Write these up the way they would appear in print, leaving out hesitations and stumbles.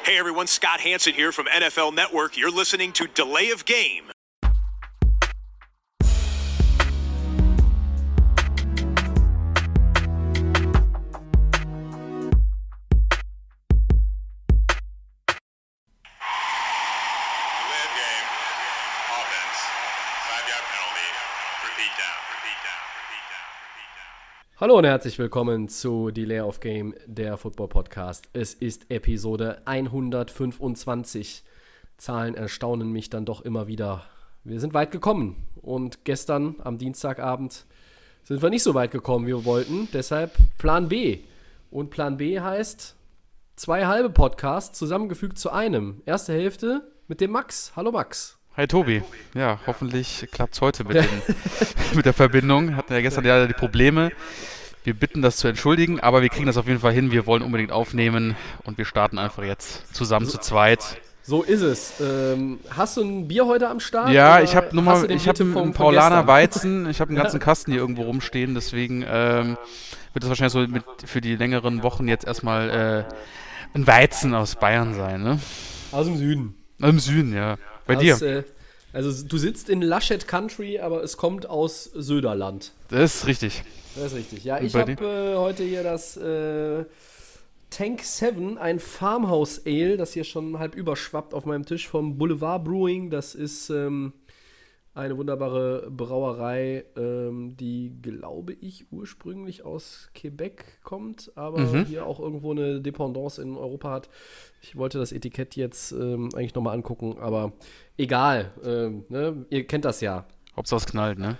Hey everyone, Scott Hansen here from NFL Network. You're listening to Delay of Game. Hallo und herzlich willkommen zu Delay of Game, der Football-Podcast. Es ist Episode 125. Zahlen erstaunen mich dann doch immer wieder. Wir sind weit gekommen und gestern am Dienstagabend sind wir nicht so weit gekommen, wie wir wollten. Deshalb Plan B. Und Plan B heißt 2 halbe Podcasts zusammengefügt zu einem. Erste Hälfte mit dem Max. Hallo Max. Hi Tobi. Ja, hoffentlich klappt es heute mit der Verbindung. Hatten ja gestern ja die Probleme. Wir bitten das zu entschuldigen, aber wir kriegen das auf jeden Fall hin. Wir wollen unbedingt aufnehmen und wir starten einfach jetzt zusammen zu zweit. So ist es. Hast du ein Bier heute am Start? Ja, ich habe einen Paulaner Weizen. Ich habe einen ganzen Kasten hier irgendwo rumstehen. Deswegen wird das wahrscheinlich so für die längeren Wochen jetzt erstmal ein Weizen aus Bayern sein. Ne? Aus dem Süden. Im Süden, ja. Bei dir? Also du sitzt in Laschet Country, aber es kommt aus Söderland. Das ist richtig. Ja, ich habe heute hier das Tank 7, ein Farmhouse Ale, das hier schon halb überschwappt auf meinem Tisch vom Boulevard Brewing. Das ist eine wunderbare Brauerei, die, glaube ich, ursprünglich aus Quebec kommt, aber hier auch irgendwo eine Dependance in Europa hat. Ich wollte das Etikett jetzt eigentlich nochmal angucken, aber egal, ne? Ihr kennt das ja. Hauptsache es knallt, ne?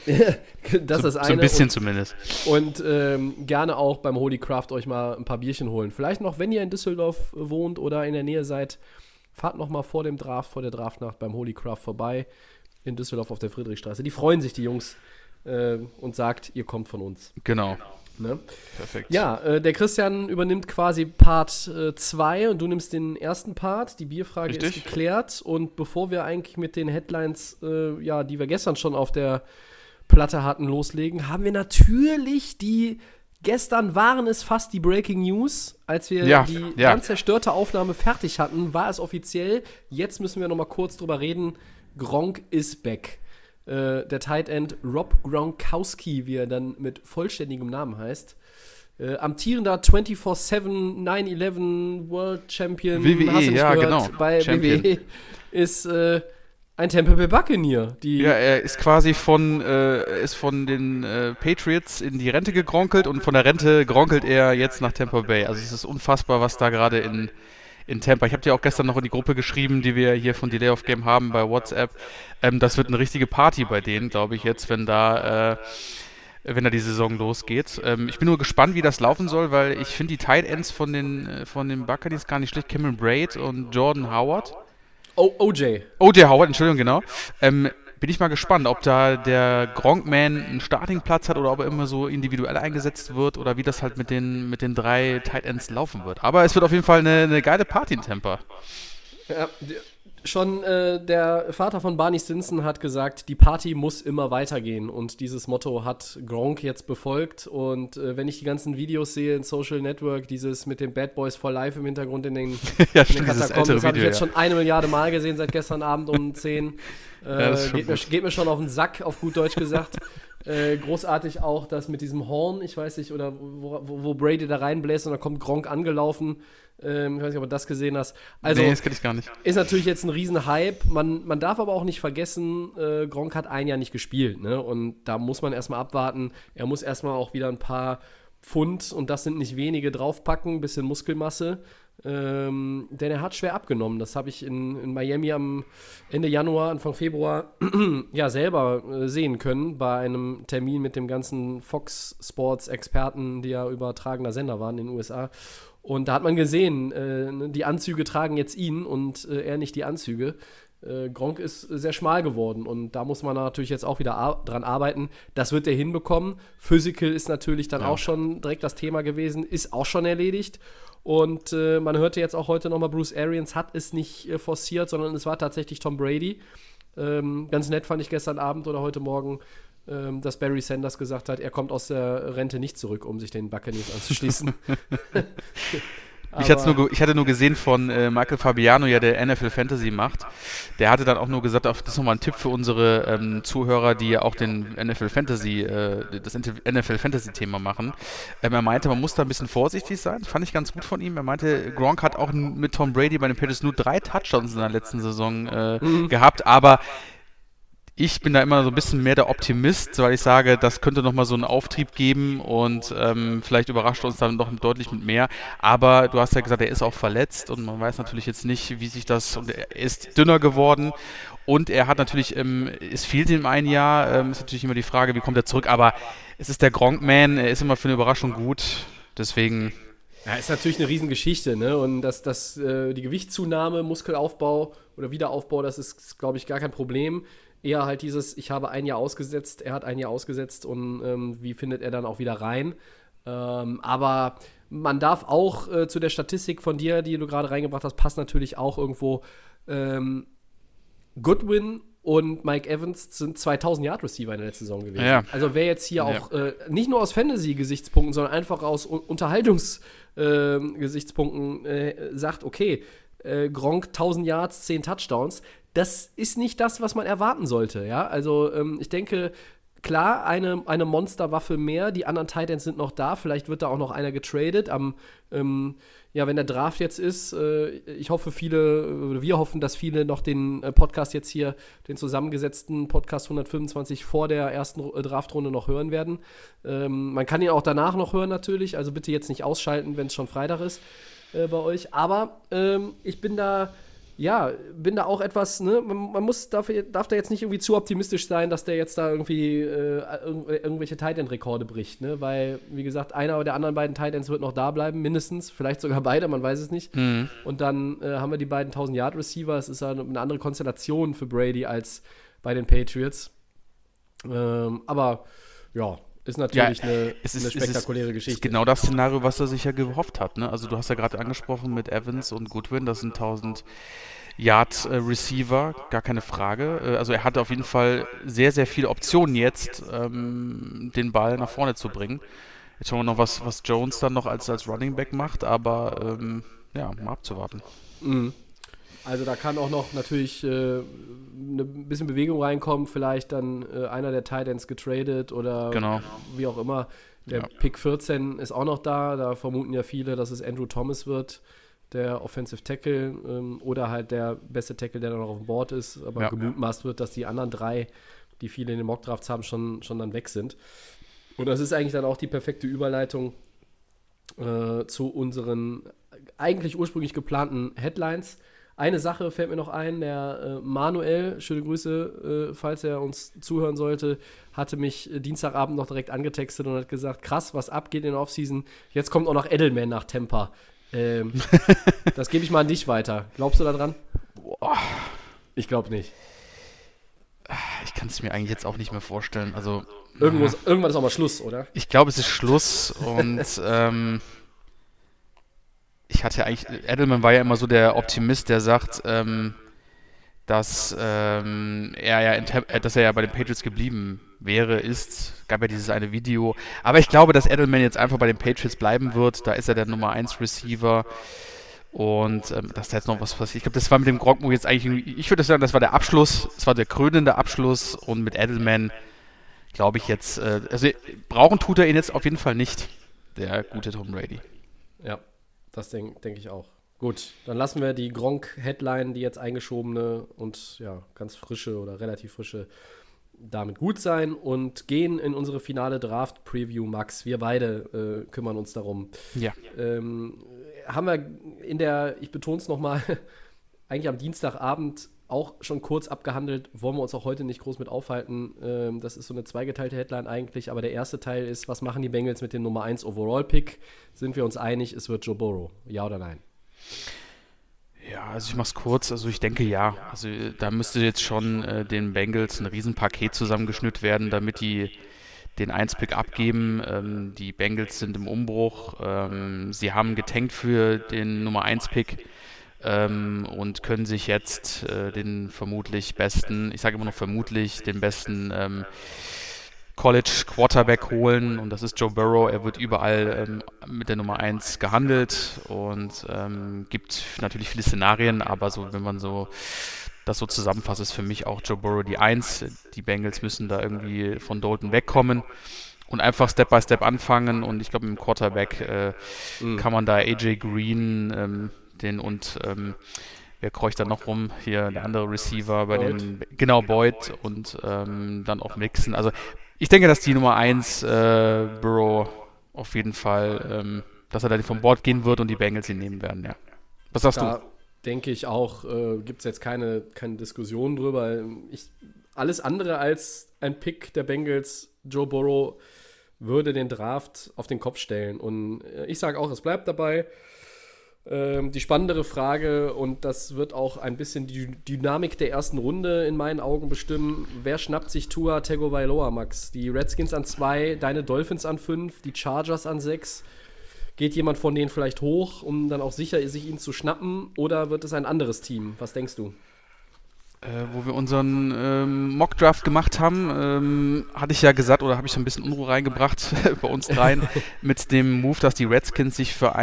Das ist das eine. So ein bisschen zumindest. Und gerne auch beim Holy Craft euch mal ein paar Bierchen holen. Vielleicht noch, wenn ihr in Düsseldorf wohnt oder in der Nähe seid, fahrt noch mal vor der Draftnacht beim Holy Craft vorbei in Düsseldorf auf der Friedrichstraße. Die freuen sich, die Jungs, und sagt, ihr kommt von uns. Genau. Ne? Perfekt. Ja, der Christian übernimmt quasi Part 2 und du nimmst den ersten Part. Die Bierfrage ist geklärt. Und bevor wir eigentlich mit den Headlines, die wir gestern schon auf der Platte hatten, loslegen, haben wir natürlich gestern waren es fast die Breaking News. Als wir die ganz zerstörte Aufnahme fertig hatten, war es offiziell. Jetzt müssen wir noch mal kurz drüber reden. Gronk is back. Der Tight End Rob Gronkowski, wie er dann mit vollständigem Namen heißt. Amtierender 24/7 9/11 World Champion, WWE, bei Champion. WWE, ist ein Tampa Bay Buccaneer. Er ist quasi von den Patriots in die Rente gegronkelt und von der Rente gronkelt er jetzt nach Tampa Bay. Also es ist unfassbar, was da gerade in Tampa. Ich habe dir auch gestern noch in die Gruppe geschrieben, die wir hier von Delay of Game haben bei WhatsApp. Das wird eine richtige Party bei denen, glaube ich, jetzt, wenn da die Saison losgeht. Ich bin nur gespannt, wie das laufen soll, weil ich finde die Tight Ends von den Buccaneers gar nicht schlecht. Cameron Braid und Jordan Howard. OJ Howard, Entschuldigung, genau. Bin ich mal gespannt, ob da der Gronkman einen Startingplatz hat oder ob er immer so individuell eingesetzt wird oder wie das halt mit den 3 Tight Ends laufen wird. Aber es wird auf jeden Fall eine geile Party in Tampa. Ja, schon der Vater von Barney Stinson hat gesagt, die Party muss immer weitergehen. Und dieses Motto hat Gronk jetzt befolgt. Und wenn ich die ganzen Videos sehe in Social Network, dieses mit den Bad Boys for Life im Hintergrund in den Katakomben, das habe ich jetzt schon 1 Milliarde Mal gesehen seit gestern Abend um 10. Geht mir schon auf den Sack, auf gut Deutsch gesagt. Großartig auch das mit diesem Horn, ich weiß nicht, oder wo Brady da reinbläst und da kommt Gronk angelaufen. Ich weiß nicht, ob du das gesehen hast. Also, nee, das kenne ich gar nicht. Ist natürlich jetzt ein Riesen-Hype. Man darf aber auch nicht vergessen, Gronk hat 1 Jahr nicht gespielt. Ne? Und da muss man erstmal abwarten. Er muss erstmal auch wieder ein paar Pfund, und das sind nicht wenige, draufpacken, ein bisschen Muskelmasse. Denn er hat schwer abgenommen. Das habe ich in Miami am Ende Januar, Anfang Februar selber sehen können bei einem Termin mit dem ganzen Fox Sports Experten, die ja übertragener Sender waren in den USA. Und da hat man gesehen, die Anzüge tragen jetzt ihn und er nicht die Anzüge. Gronk ist sehr schmal geworden und da muss man natürlich jetzt auch wieder dran arbeiten. Das wird er hinbekommen. Physical ist natürlich dann auch schon direkt das Thema gewesen, ist auch schon erledigt. Und man hörte jetzt auch heute nochmal, Bruce Arians hat es nicht forciert, sondern es war tatsächlich Tom Brady. Ganz nett fand ich gestern Abend oder heute Morgen, dass Barry Sanders gesagt hat, er kommt aus der Rente nicht zurück, um sich den Buccaneers anzuschließen. Ich hatte nur gesehen von Michael Fabiano, ja, der NFL Fantasy macht. Der hatte dann auch nur gesagt, das ist nochmal ein Tipp für unsere Zuhörer, die ja auch das NFL Fantasy Thema machen. Er meinte, man muss da ein bisschen vorsichtig sein. Das fand ich ganz gut von ihm. Er meinte, Gronk hat auch mit Tom Brady bei den Patriots nur 3 Touchdowns in der letzten Saison gehabt, aber ich bin da immer so ein bisschen mehr der Optimist, weil ich sage, das könnte nochmal so einen Auftrieb geben und vielleicht überrascht uns dann noch deutlich mit mehr. Aber du hast ja gesagt, er ist auch verletzt und man weiß natürlich jetzt nicht, wie sich das... Und er ist dünner geworden und er hat natürlich... es fehlt ihm ein Jahr, ist natürlich immer die Frage, wie kommt er zurück. Aber es ist der Gronk-Man, er ist immer für eine Überraschung gut. Deswegen... Ja, ist natürlich eine Riesengeschichte, ne? Und die Gewichtszunahme, Muskelaufbau oder Wiederaufbau, das ist, glaube ich, gar kein Problem. Eher halt dieses, ich habe ein Jahr ausgesetzt, er hat ein Jahr ausgesetzt und wie findet er dann auch wieder rein. Aber man darf auch zu der Statistik von dir, die du gerade reingebracht hast, passt natürlich auch irgendwo Goodwin und Mike Evans sind 2000-Yard-Receiver in der letzten Saison gewesen. Ja. Also wer jetzt hier auch nicht nur aus Fantasy-Gesichtspunkten, sondern einfach aus Unterhaltungs-Gesichtspunkten sagt, okay, Gronk 1000 Yards, 10 Touchdowns, das ist nicht das, was man erwarten sollte, ja, also ich denke, klar, eine Monsterwaffe mehr, die anderen Titans sind noch da, vielleicht wird da auch noch einer getradet wenn der Draft jetzt ist, ich hoffe wir hoffen, dass viele noch den Podcast jetzt hier, den zusammengesetzten Podcast 125 vor der ersten Draftrunde noch hören werden. Man kann ihn auch danach noch hören natürlich, also bitte jetzt nicht ausschalten, wenn es schon Freitag ist bei euch, aber ich bin da auch etwas, ne, man darf da jetzt nicht irgendwie zu optimistisch sein, dass der jetzt da irgendwie irgendwelche Tight-End-Rekorde bricht, ne, weil, wie gesagt, einer der anderen beiden Tight-Ends wird noch da bleiben, mindestens, vielleicht sogar beide, man weiß es nicht. Und dann haben wir die beiden 1000-Yard-Receiver, es ist eine andere Konstellation für Brady als bei den Patriots. Aber, ja, ist natürlich eine spektakuläre Geschichte. Ist genau das Szenario, was er sich ja gehofft hat. Ne? Also du hast ja gerade angesprochen mit Evans und Goodwin, das sind 1000 Yard Receiver, gar keine Frage. Also er hatte auf jeden Fall sehr, sehr viele Optionen jetzt, den Ball nach vorne zu bringen. Jetzt schauen wir noch, was Jones dann noch als Running Back macht, aber mal abzuwarten. Mhm. Also da kann auch noch natürlich ein bisschen Bewegung reinkommen, vielleicht dann einer der Titans getradet oder wie auch immer. Der Pick 14 ist auch noch da vermuten ja viele, dass es Andrew Thomas wird, der Offensive Tackle oder halt der beste Tackle, der dann noch auf dem Board ist, aber gemutmaßt wird, dass die anderen 3, die viele in den Mockdrafts haben, schon dann weg sind. Und das ist eigentlich dann auch die perfekte Überleitung zu unseren eigentlich ursprünglich geplanten Headlines. Eine Sache fällt mir noch ein, der Manuel, schöne Grüße, falls er uns zuhören sollte, hatte mich Dienstagabend noch direkt angetextet und hat gesagt, krass, was abgeht in der Offseason, jetzt kommt auch noch Edelman nach Tampa. Das gebe ich mal an dich weiter. Glaubst du da dran? Boah. Ich glaube nicht. Ich kann es mir eigentlich jetzt auch nicht mehr vorstellen. Also irgendwann ist auch mal Schluss, oder? Ich glaube, es ist Schluss und Edelman war ja immer so der Optimist, der sagt, dass er ja bei den Patriots geblieben ist. Gab ja dieses eine Video. Aber ich glaube, dass Edelman jetzt einfach bei den Patriots bleiben wird. Da ist er der Nummer 1 Receiver. Und dass da jetzt noch was passiert. Ich glaube, das war mit dem Gronk jetzt eigentlich, ich würde sagen, das war der Abschluss. Das war der krönende Abschluss. Und mit Edelman glaube ich jetzt, also brauchen tut er ihn jetzt auf jeden Fall nicht, der gute Tom Brady. Ja. Das denke ich auch. Gut, dann lassen wir die Gronk-Headline, die jetzt eingeschobene und ja, ganz frische oder relativ frische, damit gut sein und gehen in unsere finale Draft-Preview, Max. Wir beide kümmern uns darum. Ja. Haben wir ich betone es nochmal, eigentlich am Dienstagabend auch schon kurz abgehandelt, wollen wir uns auch heute nicht groß mit aufhalten. Das ist so eine zweigeteilte Headline eigentlich, aber der erste Teil ist, was machen die Bengals mit dem Nummer 1 Overall-Pick? Sind wir uns einig, es wird Joe Burrow? Ja oder nein? Ja, also ich mach's kurz. Also ich denke ja. Also da müsste jetzt schon den Bengals ein Riesenpaket zusammengeschnürt werden, damit die den 1-Pick abgeben. Die Bengals sind im Umbruch. Sie haben getankt für den Nummer 1-Pick. Und können sich jetzt den vermutlich besten, ich sage immer noch vermutlich, den besten College Quarterback holen und das ist Joe Burrow. Er wird überall mit der Nummer 1 gehandelt und gibt natürlich viele Szenarien, aber so, wenn man so das so zusammenfasst, ist für mich auch Joe Burrow die 1. Die Bengals müssen da irgendwie von Dalton wegkommen und einfach Step by Step anfangen und ich glaube, im Quarterback kann man da AJ Green wer kreucht da noch rum? Hier der andere Receiver bei Boyd und dann auch Mixon. Also ich denke, dass die Nummer 1 Burrow auf jeden Fall, dass er da vom Board gehen wird und die Bengals ihn nehmen werden, ja. Was sagst du? Denke ich auch, gibt es jetzt keine Diskussion drüber. Alles andere als ein Pick der Bengals, Joe Burrow, würde den Draft auf den Kopf stellen. Und ich sage auch, es bleibt dabei. Die spannendere Frage, und das wird auch ein bisschen die Dynamik der ersten Runde in meinen Augen bestimmen, wer schnappt sich Tua Tagovailoa, Max? Die Redskins an 2, deine Dolphins an 5, die Chargers an 6. Geht jemand von denen vielleicht hoch, um dann auch sicher sich ihn zu schnappen, oder wird es ein anderes Team? Was denkst du? Wo wir unseren Mock-Draft gemacht haben, hatte ich ja gesagt, oder habe ich so ein bisschen Unruhe reingebracht bei uns dreien, mit dem Move, dass die Redskins sich für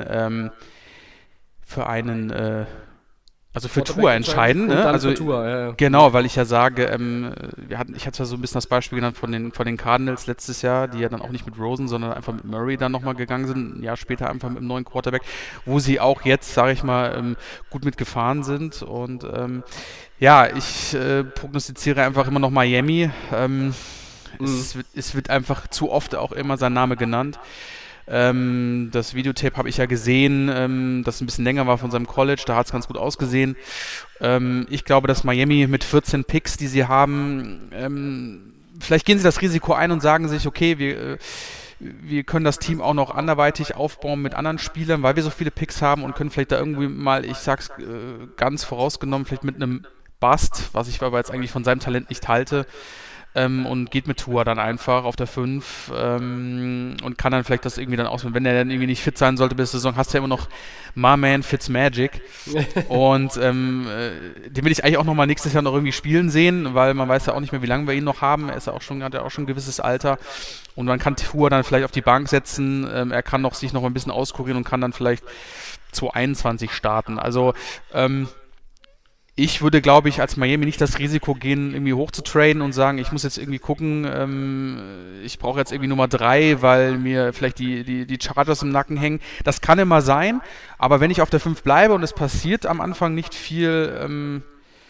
Tua entscheiden. Ne? Also Tua, ja. Genau, weil ich ja sage, ich hatte ja so ein bisschen das Beispiel genannt von den Cardinals letztes Jahr, die ja dann auch nicht mit Rosen, sondern einfach mit Murray dann nochmal gegangen sind, ein Jahr später einfach mit einem neuen Quarterback, wo sie auch jetzt, sage ich mal, gut mitgefahren sind und ich prognostiziere einfach immer noch Miami. Es wird einfach zu oft auch immer sein Name genannt. Das Videotape habe ich ja gesehen, das ein bisschen länger war von seinem College, da hat es ganz gut ausgesehen. Ich glaube, dass Miami mit 14 Picks, die sie haben, vielleicht gehen sie das Risiko ein und sagen sich, okay, wir können das Team auch noch anderweitig aufbauen mit anderen Spielern, weil wir so viele Picks haben und können vielleicht da irgendwie mal, ich sag's ganz vorausgenommen, vielleicht mit einem Bust, was ich aber jetzt eigentlich von seinem Talent nicht halte, und geht mit Tua dann einfach auf der 5 und kann dann vielleicht das irgendwie dann auswählen. Wenn er dann irgendwie nicht fit sein sollte bis zur Saison, hast du ja immer noch My Man Fitzmagic und den will ich eigentlich auch nochmal nächstes Jahr noch irgendwie spielen sehen, weil man weiß ja auch nicht mehr, wie lange wir ihn noch haben. Er ist ja auch hat ja auch schon ein gewisses Alter und man kann Tua dann vielleicht auf die Bank setzen. Er kann sich noch ein bisschen auskurieren und kann dann vielleicht 2021 starten. Also ich würde, glaube ich, als Miami nicht das Risiko gehen, irgendwie hoch zu traden und sagen, ich muss jetzt irgendwie gucken, ich brauche jetzt irgendwie Nummer 3, weil mir vielleicht die Chargers im Nacken hängen. Das kann immer sein, aber wenn ich auf der 5 bleibe und es passiert am Anfang nicht viel,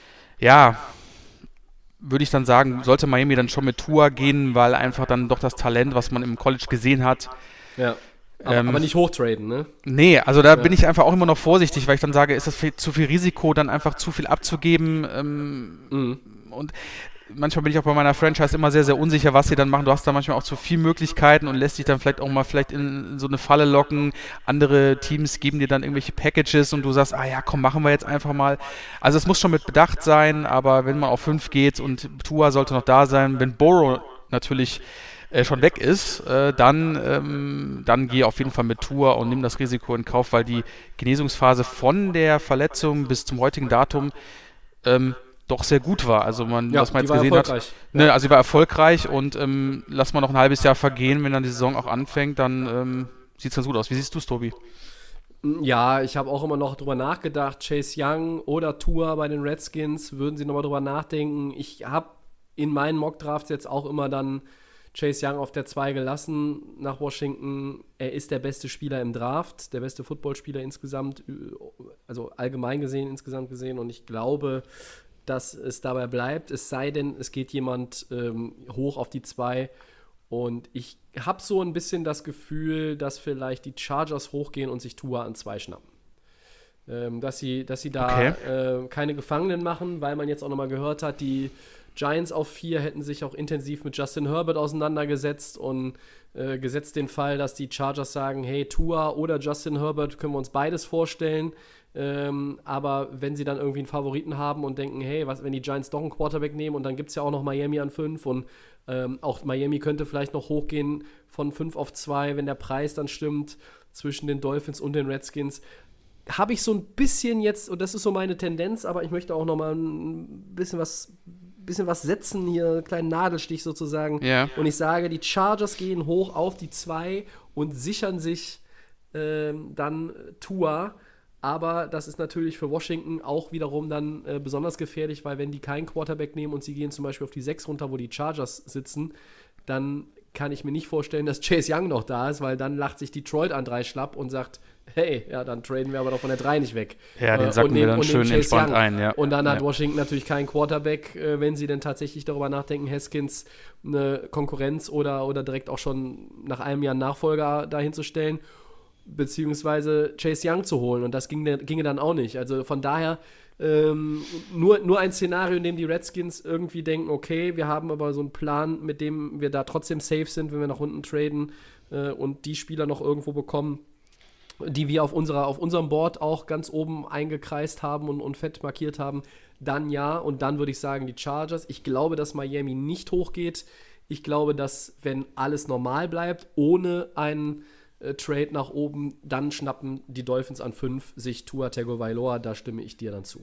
würde ich dann sagen, sollte Miami dann schon mit Tua gehen, weil einfach dann doch das Talent, was man im College gesehen hat, aber nicht hochtraden, ne? Nee, also da bin ich einfach auch immer noch vorsichtig, weil ich dann sage, ist das zu viel Risiko, dann einfach zu viel abzugeben. Und manchmal bin ich auch bei meiner Franchise immer sehr, sehr unsicher, was sie dann machen. Du hast da manchmal auch zu viele Möglichkeiten und lässt dich dann vielleicht auch mal in so eine Falle locken. Andere Teams geben dir dann irgendwelche Packages und du sagst, komm, machen wir jetzt einfach mal. Also es muss schon mit Bedacht sein, aber wenn man auf 5 geht und Tua sollte noch da sein, wenn Burrow natürlich schon weg ist, dann gehe auf jeden Fall mit Tua und nimm das Risiko in Kauf, weil die Genesungsphase von der Verletzung bis zum heutigen Datum doch sehr gut war. Also was man jetzt gesehen hat, also sie war erfolgreich und lass mal noch ein halbes Jahr vergehen, wenn dann die Saison auch anfängt, dann sieht es ganz gut aus. Wie siehst du es, Tobi? Ja, ich habe auch immer noch drüber nachgedacht, Chase Young oder Tua bei den Redskins, würden sie nochmal drüber nachdenken. Ich habe in meinen Mockdrafts jetzt auch immer dann Chase Young auf der 2 gelassen nach Washington. Er ist der beste Spieler im Draft, der beste Footballspieler insgesamt, also allgemein insgesamt gesehen. Und ich glaube, dass es dabei bleibt. Es sei denn, es geht jemand hoch auf die 2. Und ich habe so ein bisschen das Gefühl, dass vielleicht die Chargers hochgehen und sich Tua an 2 schnappen. Dass sie da keine Gefangenen machen, weil man jetzt auch nochmal gehört hat, die Giants auf 4 hätten sich auch intensiv mit Justin Herbert auseinandergesetzt und gesetzt den Fall, dass die Chargers sagen, hey, Tua oder Justin Herbert, können wir uns beides vorstellen, aber wenn sie dann irgendwie einen Favoriten haben und denken, hey, was, wenn die Giants doch einen Quarterback nehmen und dann gibt es ja auch noch Miami an 5 und auch Miami könnte vielleicht noch hochgehen von 5 auf 2, wenn der Preis dann stimmt zwischen den Dolphins und den Redskins, habe ich so ein bisschen jetzt, und das ist so meine Tendenz, aber ich möchte auch noch mal ein bisschen was bisschen was setzen hier, einen kleinen Nadelstich sozusagen. Ja. Und ich sage, die Chargers gehen hoch auf die 2 und sichern sich dann Tua. Aber das ist natürlich für Washington auch wiederum dann besonders gefährlich, weil wenn die keinen Quarterback nehmen und sie gehen zum Beispiel auf die 6 runter, wo die Chargers sitzen, dann kann ich mir nicht vorstellen, dass Chase Young noch da ist, weil dann lacht sich Detroit an 3 schlapp und sagt, hey, ja, dann traden wir aber doch von der 3 nicht weg. Ja, den sacken wir dann schön entspannt ein, ja. Und dann hat Washington natürlich keinen Quarterback, wenn sie denn tatsächlich darüber nachdenken, Haskins eine Konkurrenz oder direkt auch schon nach einem Jahr einen Nachfolger dahin zu stellen, beziehungsweise Chase Young zu holen. Und das ginge dann auch nicht. Also von daher nur ein Szenario, in dem die Redskins irgendwie denken, okay, wir haben aber so einen Plan, mit dem wir da trotzdem safe sind, wenn wir nach unten traden und die Spieler noch irgendwo bekommen, die wir auf unserem Board auch ganz oben eingekreist haben und fett markiert haben, dann ja. Und dann würde ich sagen, die Chargers. Ich glaube, dass Miami nicht hochgeht. Ich glaube, dass, wenn alles normal bleibt, ohne einen Trade nach oben, dann schnappen die Dolphins an 5 sich Tua Tagovailoa, da stimme ich dir dann zu.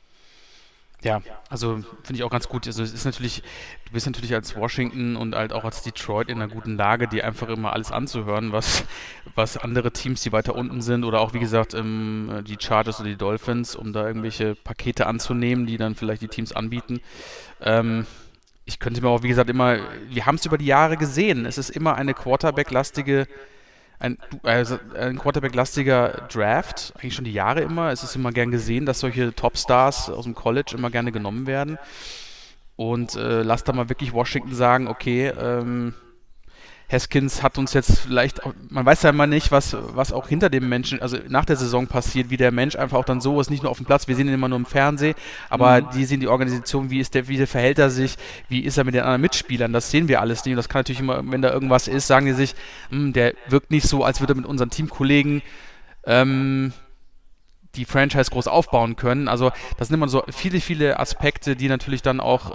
Ja, also finde ich auch ganz gut. Also es ist natürlich, du bist natürlich als Washington und halt auch als Detroit in einer guten Lage, dir einfach immer alles anzuhören, was andere Teams, die weiter unten sind oder auch wie gesagt die Chargers oder die Dolphins, um da irgendwelche Pakete anzunehmen, die dann vielleicht die Teams anbieten. Ich könnte mir auch, wie gesagt, immer, wir haben es über die Jahre gesehen, es ist immer eine Quarterback-lastige ein Quarterback-lastiger Draft, eigentlich schon die Jahre immer. Es ist immer gern gesehen, dass solche Topstars aus dem College immer gerne genommen werden. Und lass da mal wirklich Washington sagen, okay, Haskins hat uns jetzt vielleicht, man weiß ja immer nicht, was auch hinter dem Menschen, also nach der Saison passiert, wie der Mensch einfach auch dann so ist, nicht nur auf dem Platz, wir sehen ihn immer nur im Fernsehen, aber die sehen die Organisation, wie verhält er sich, wie ist er mit den anderen Mitspielern, das sehen wir alles nicht und das kann natürlich immer, wenn da irgendwas ist, sagen die sich, der wirkt nicht so, als würde er mit unseren Teamkollegen die Franchise groß aufbauen können, also das sind immer so viele, viele Aspekte, die natürlich dann auch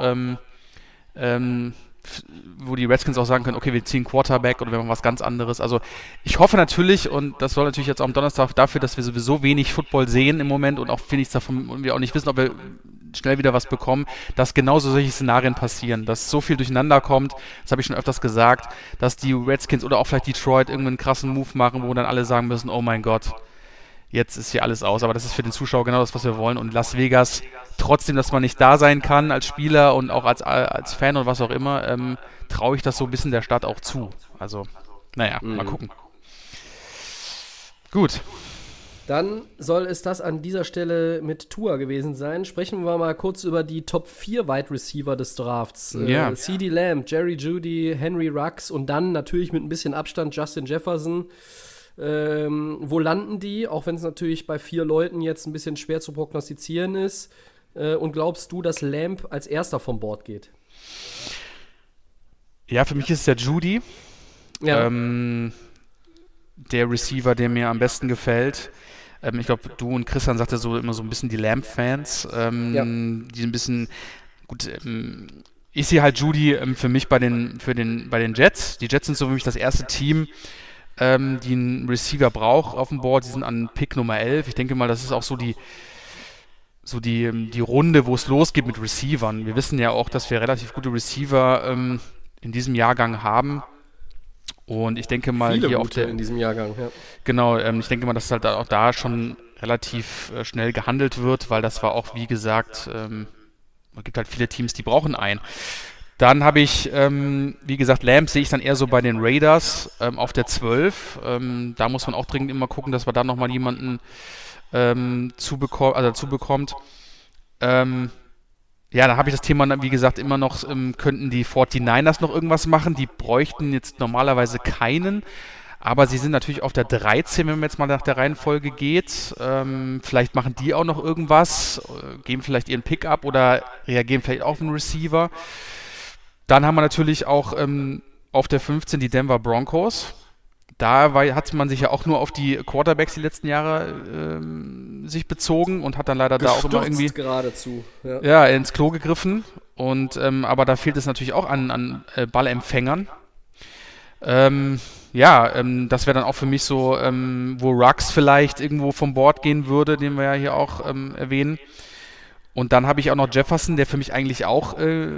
wo die Redskins auch sagen können, okay, wir ziehen Quarterback oder wir machen was ganz anderes. Also ich hoffe natürlich, und das soll natürlich jetzt auch am Donnerstag dafür, dass wir sowieso wenig Football sehen im Moment und auch wenig davon und wir auch nicht wissen, ob wir schnell wieder was bekommen, dass genauso solche Szenarien passieren, dass so viel durcheinander kommt, das habe ich schon öfters gesagt, dass die Redskins oder auch vielleicht Detroit irgendeinen krassen Move machen, wo dann alle sagen müssen, oh mein Gott, jetzt ist hier alles aus, aber das ist für den Zuschauer genau das, was wir wollen. Und Las Vegas, trotzdem, dass man nicht da sein kann als Spieler und auch als Fan und was auch immer, traue ich das so ein bisschen der Stadt auch zu. Also, naja, mal gucken. Gut. Dann soll es das an dieser Stelle mit Tua gewesen sein. Sprechen wir mal kurz über die Top 4 Wide Receiver des Drafts. Ja. CeeDee Lamb, Jerry Jeudy, Henry Ruggs und dann natürlich mit ein bisschen Abstand Justin Jefferson. Wo landen die? Auch wenn es natürlich bei 4 Leuten jetzt ein bisschen schwer zu prognostizieren ist. Und glaubst du, dass Lamb als erster vom Board geht? Ja, für mich ist es der Jeudy. Ja. Der Receiver, der mir am besten gefällt. Ich glaube, du und Christian sagte so immer so ein bisschen die Lamb-Fans, die ein bisschen, gut, ich sehe halt Jeudy für mich bei den Jets. Die Jets sind so für mich das erste Team, die einen Receiver braucht auf dem Board. Die sind an Pick Nummer 11. Ich denke mal, das ist auch so die Runde, wo es losgeht mit Receivern. Wir wissen ja auch, dass wir relativ gute Receiver in diesem Jahrgang haben. Und ich denke mal, viele hier gute auf der in diesem Jahrgang, ja. Genau, ich denke mal, dass halt auch da schon relativ schnell gehandelt wird, weil das war auch, wie gesagt, es gibt halt viele Teams, die brauchen einen. Dann habe ich, wie gesagt, Lamb sehe ich dann eher so bei den Raiders auf der 12. Da muss man auch dringend immer gucken, dass wir da nochmal jemanden dazu bekommt. Ja, da habe ich das Thema, wie gesagt, immer noch, könnten die 49ers noch irgendwas machen. Die bräuchten jetzt normalerweise keinen, aber sie sind natürlich auf der 13, wenn man jetzt mal nach der Reihenfolge geht. Vielleicht machen die auch noch irgendwas, geben vielleicht ihren Pick-up oder reagieren vielleicht auf einen Receiver. Dann haben wir natürlich auch auf der 15 die Denver Broncos. Da hat man sich ja auch nur auf die Quarterbacks die letzten Jahre sich bezogen und hat dann leider da auch immer irgendwie geradezu. Ja, ins Klo gegriffen. Und aber da fehlt es natürlich auch an Ballempfängern. Das wäre dann auch für mich so, wo Ruggs vielleicht irgendwo vom Board gehen würde, den wir ja hier auch erwähnen. Und dann habe ich auch noch Jefferson, der für mich eigentlich auch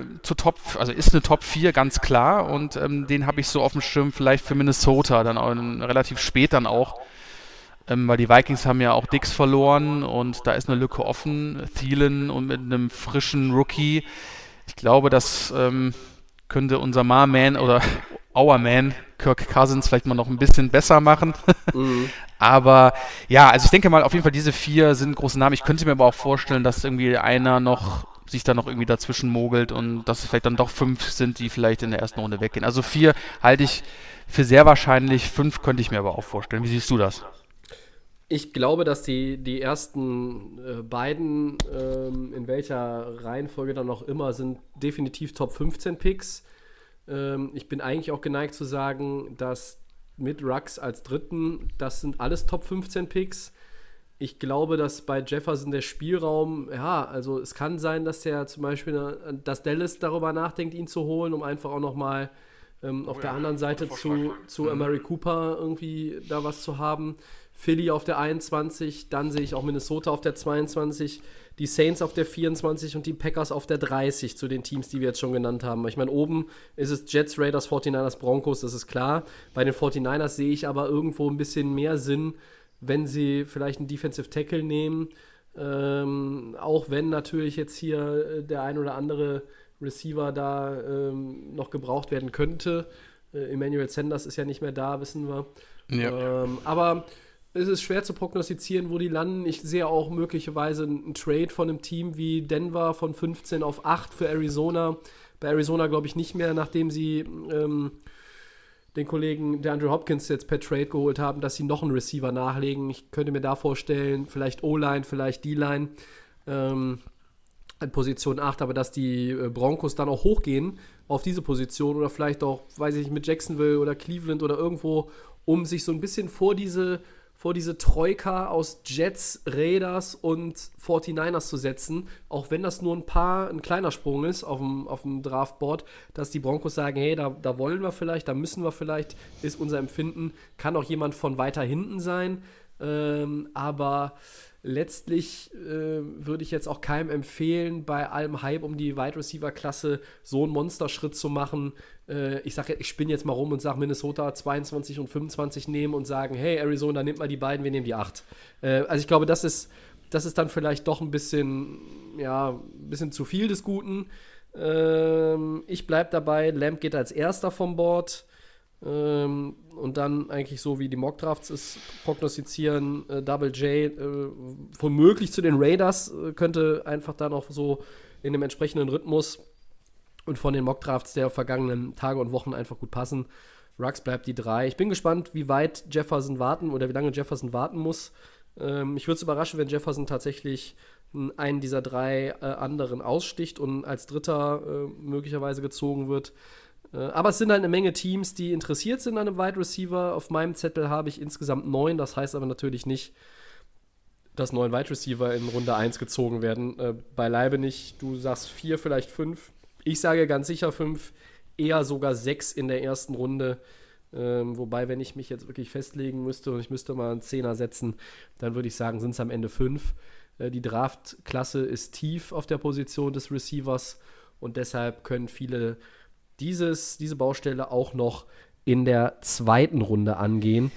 ist eine Top 4, ganz klar. Und den habe ich so auf dem Schirm vielleicht für Minnesota, dann auch relativ spät dann auch. Weil die Vikings haben ja auch Diggs verloren und da ist eine Lücke offen. Thielen und mit einem frischen Rookie. Ich glaube, das könnte unser Man oder Our Man, Kirk Cousins, vielleicht mal noch ein bisschen besser machen. Aber ja, also ich denke mal, auf jeden Fall diese 4 sind große Namen. Ich könnte mir aber auch vorstellen, dass irgendwie einer noch sich da noch irgendwie dazwischen mogelt und dass es vielleicht dann doch 5 sind, die vielleicht in der ersten Runde weggehen. Also 4 halte ich für sehr wahrscheinlich, 5 könnte ich mir aber auch vorstellen. Wie siehst du das? Ich glaube, dass die ersten beiden, in welcher Reihenfolge dann auch immer, sind definitiv Top 15 Picks. Ich bin eigentlich auch geneigt zu sagen, dass mit Ruggs als dritten, das sind alles Top 15 Picks. Ich glaube, dass bei Jefferson der Spielraum, ja, also es kann sein, dass der zum Beispiel, dass Dallas darüber nachdenkt, ihn zu holen, um einfach auch nochmal auf der anderen Seite zu Amari Cooper irgendwie da was zu haben. Philly auf der 21, dann sehe ich auch Minnesota auf der 22, die Saints auf der 24 und die Packers auf der 30 zu den Teams, die wir jetzt schon genannt haben. Ich meine, oben ist es Jets, Raiders, 49ers, Broncos, das ist klar. Bei den 49ers sehe ich aber irgendwo ein bisschen mehr Sinn, wenn sie vielleicht einen Defensive Tackle nehmen, auch wenn natürlich jetzt hier der ein oder andere Receiver da noch gebraucht werden könnte. Emmanuel Sanders ist ja nicht mehr da, wissen wir. Ja. Aber es ist schwer zu prognostizieren, wo die landen. Ich sehe auch möglicherweise einen Trade von einem Team wie Denver von 15 auf 8 für Arizona. Bei Arizona glaube ich nicht mehr, nachdem sie den Kollegen der Andrew Hopkins jetzt per Trade geholt haben, dass sie noch einen Receiver nachlegen. Ich könnte mir da vorstellen, vielleicht O-Line, vielleicht D-Line an Position 8, aber dass die Broncos dann auch hochgehen auf diese Position oder vielleicht auch, weiß ich nicht, mit Jacksonville oder Cleveland oder irgendwo, um sich so ein bisschen vor diese Troika aus Jets, Raiders und 49ers zu setzen, auch wenn das nur ein kleiner Sprung ist auf dem Draftboard, dass die Broncos sagen, hey, da wollen wir vielleicht, da müssen wir vielleicht, ist unser Empfinden, kann auch jemand von weiter hinten sein, aber letztlich würde ich jetzt auch keinem empfehlen, bei allem Hype um die Wide Receiver Klasse so einen Monsterschritt zu machen. Ich spinne jetzt mal rum und sage Minnesota 22 und 25 nehmen und sagen, hey Arizona, nimmt mal die beiden, wir nehmen die 8. Also ich glaube, das ist dann vielleicht doch ein bisschen zu viel des Guten. Ich bleibe dabei, Lamb geht als erster vom Board. Und dann eigentlich so wie die Mockdrafts es prognostizieren, Double J womöglich zu den Raiders könnte einfach dann auch so in dem entsprechenden Rhythmus und von den Mockdrafts der vergangenen Tage und Wochen einfach gut passen. Ruggs bleibt die 3. Ich bin gespannt, wie weit Jefferson warten oder wie lange Jefferson warten muss. Mich würde es überraschen, wenn Jefferson tatsächlich einen dieser 3 anderen aussticht und als Dritter möglicherweise gezogen wird. Aber es sind halt eine Menge Teams, die interessiert sind an einem Wide Receiver. Auf meinem Zettel habe ich insgesamt 9. Das heißt aber natürlich nicht, dass 9 Wide Receiver in Runde 1 gezogen werden. Beileibe nicht. Du sagst 4, vielleicht 5. Ich sage ganz sicher 5, eher sogar 6 in der ersten Runde. Wobei, wenn ich mich jetzt wirklich festlegen müsste und ich müsste mal einen 10er setzen, dann würde ich sagen, sind es am Ende 5. Die Draftklasse ist tief auf der Position des Receivers und deshalb können viele diese Baustelle auch noch in der 2. Runde angehen.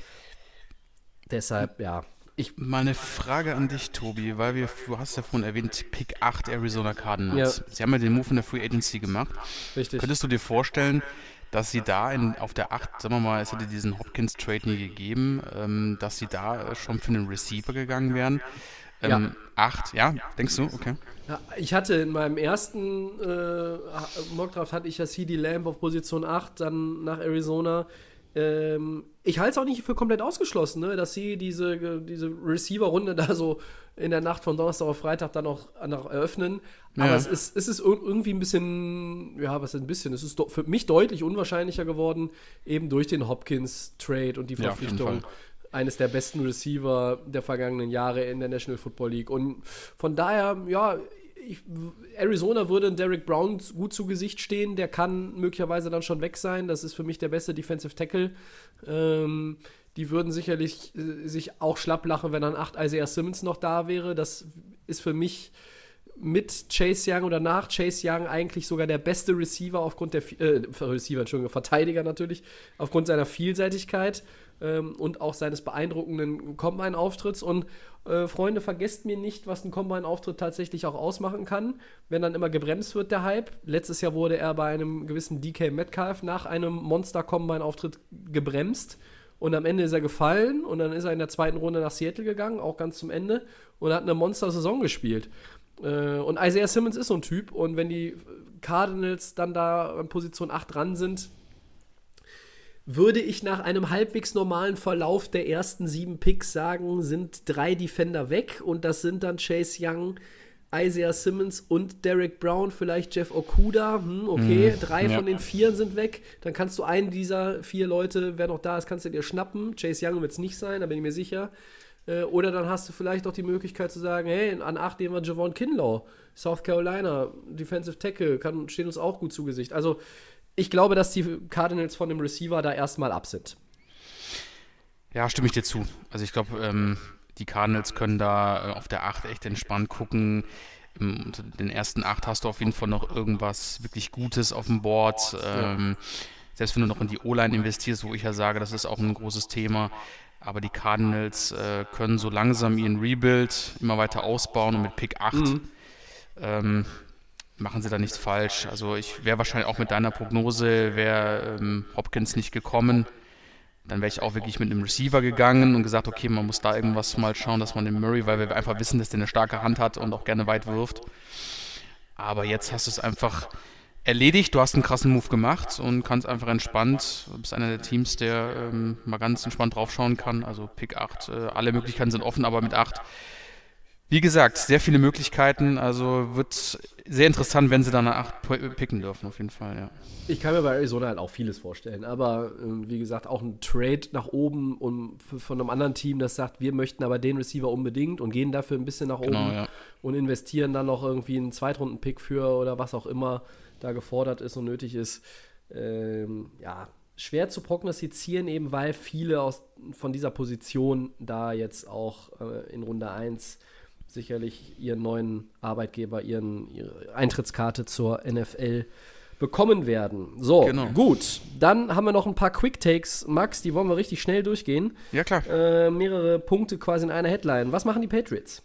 Deshalb, ja. Mal eine Frage an dich, Tobi, weil du hast ja vorhin erwähnt, Pick 8 Arizona Cardinals. Ja. Sie haben ja den Move in der Free Agency gemacht. Richtig. Könntest du dir vorstellen, dass sie da auf der 8, sagen wir mal, es hätte diesen Hopkins-Trade nie gegeben, dass sie da schon für einen Receiver gegangen wären? Ja. 8, ja? Denkst du? Okay. Ja, ich hatte in meinem ersten Mockdraft hatte ich ja CD Lamb auf Position 8, dann nach Arizona. Ich halte es auch nicht für komplett ausgeschlossen, ne, dass sie diese Receiver-Runde da so in der Nacht von Donnerstag auf Freitag dann auch eröffnen. Aber ja. es ist irgendwie ein bisschen, ja, was ist ein bisschen? Es ist für mich deutlich unwahrscheinlicher geworden, eben durch den Hopkins-Trade und die Verpflichtung eines der besten Receiver der vergangenen Jahre in der National Football League. Und von daher, ja, Arizona würde Derrick Brown gut zu Gesicht stehen. Der kann möglicherweise dann schon weg sein. Das ist für mich der beste Defensive Tackle. Die würden sicherlich sich auch schlapp lachen, wenn dann 8 Isaiah Simmons noch da wäre. Das ist für mich mit Chase Young oder nach Chase Young eigentlich sogar der beste Receiver aufgrund der Verteidiger natürlich, aufgrund seiner Vielseitigkeit und auch seines beeindruckenden Combine-Auftritts. Und Freunde, vergesst mir nicht, was ein Combine-Auftritt tatsächlich auch ausmachen kann, wenn dann immer gebremst wird, der Hype. Letztes Jahr wurde er bei einem gewissen DK Metcalf nach einem Monster-Combine-Auftritt gebremst. Und am Ende ist er gefallen und dann ist er in der zweiten Runde nach Seattle gegangen, auch ganz zum Ende, und hat eine Monster-Saison gespielt. Und Isaiah Simmons ist so ein Typ, und wenn die Cardinals dann da an Position 8 dran sind, würde ich nach einem halbwegs normalen Verlauf der ersten 7 Picks sagen, sind 3 Defender weg, und das sind dann Chase Young, Isaiah Simmons und Derrick Brown, vielleicht Jeff Okuda, okay, 3 von den 4 sind weg, dann kannst du einen dieser 4 Leute, wer noch da ist, kannst du dir schnappen. Chase Young wird es nicht sein, da bin ich mir sicher. Oder dann hast du vielleicht auch die Möglichkeit zu sagen, hey, an 8 nehmen wir Javon Kinlaw, South Carolina, Defensive Tackle, steht uns auch gut zu Gesicht. Also ich glaube, dass die Cardinals von dem Receiver da erstmal ab sind. Ja, stimme ich dir zu. Also ich glaube, die Cardinals können da auf der 8 echt entspannt gucken. Unter den ersten 8 hast du auf jeden Fall noch irgendwas wirklich Gutes auf dem Board. Selbst wenn du noch in die O-Line investierst, wo ich ja sage, das ist auch ein großes Thema. Aber die Cardinals können so langsam ihren Rebuild immer weiter ausbauen, und mit Pick 8 machen sie da nichts falsch. Also ich wäre wahrscheinlich auch mit deiner Prognose, wäre Hopkins nicht gekommen, dann wäre ich auch wirklich mit einem Receiver gegangen und gesagt, okay, man muss da irgendwas mal schauen, dass man den Murray, weil wir einfach wissen, dass der eine starke Hand hat und auch gerne weit wirft. Aber jetzt hast du es einfach erledigt, du hast einen krassen Move gemacht und kannst einfach entspannt, du bist einer der Teams, der mal ganz entspannt draufschauen kann. Also Pick 8, alle Möglichkeiten sind offen, aber mit 8, wie gesagt, sehr viele Möglichkeiten. Also wird sehr interessant, wenn sie dann nach 8 picken dürfen, auf jeden Fall, ja. Ich kann mir bei Arizona halt auch vieles vorstellen, aber wie gesagt, auch ein Trade nach oben von einem anderen Team, das sagt, wir möchten aber den Receiver unbedingt und gehen dafür ein bisschen nach oben und investieren dann noch irgendwie einen Zweitrunden-Pick für oder was auch immer da gefordert ist und nötig ist. Schwer zu prognostizieren, eben weil viele von dieser Position da jetzt auch in Runde 1 sicherlich ihren neuen Arbeitgeber, ihre Eintrittskarte zur NFL bekommen werden. So, genau. Gut. Dann haben wir noch ein paar Quick-Takes. Max, die wollen wir richtig schnell durchgehen. Ja, klar. Mehrere Punkte quasi in einer Headline. Was machen die Patriots?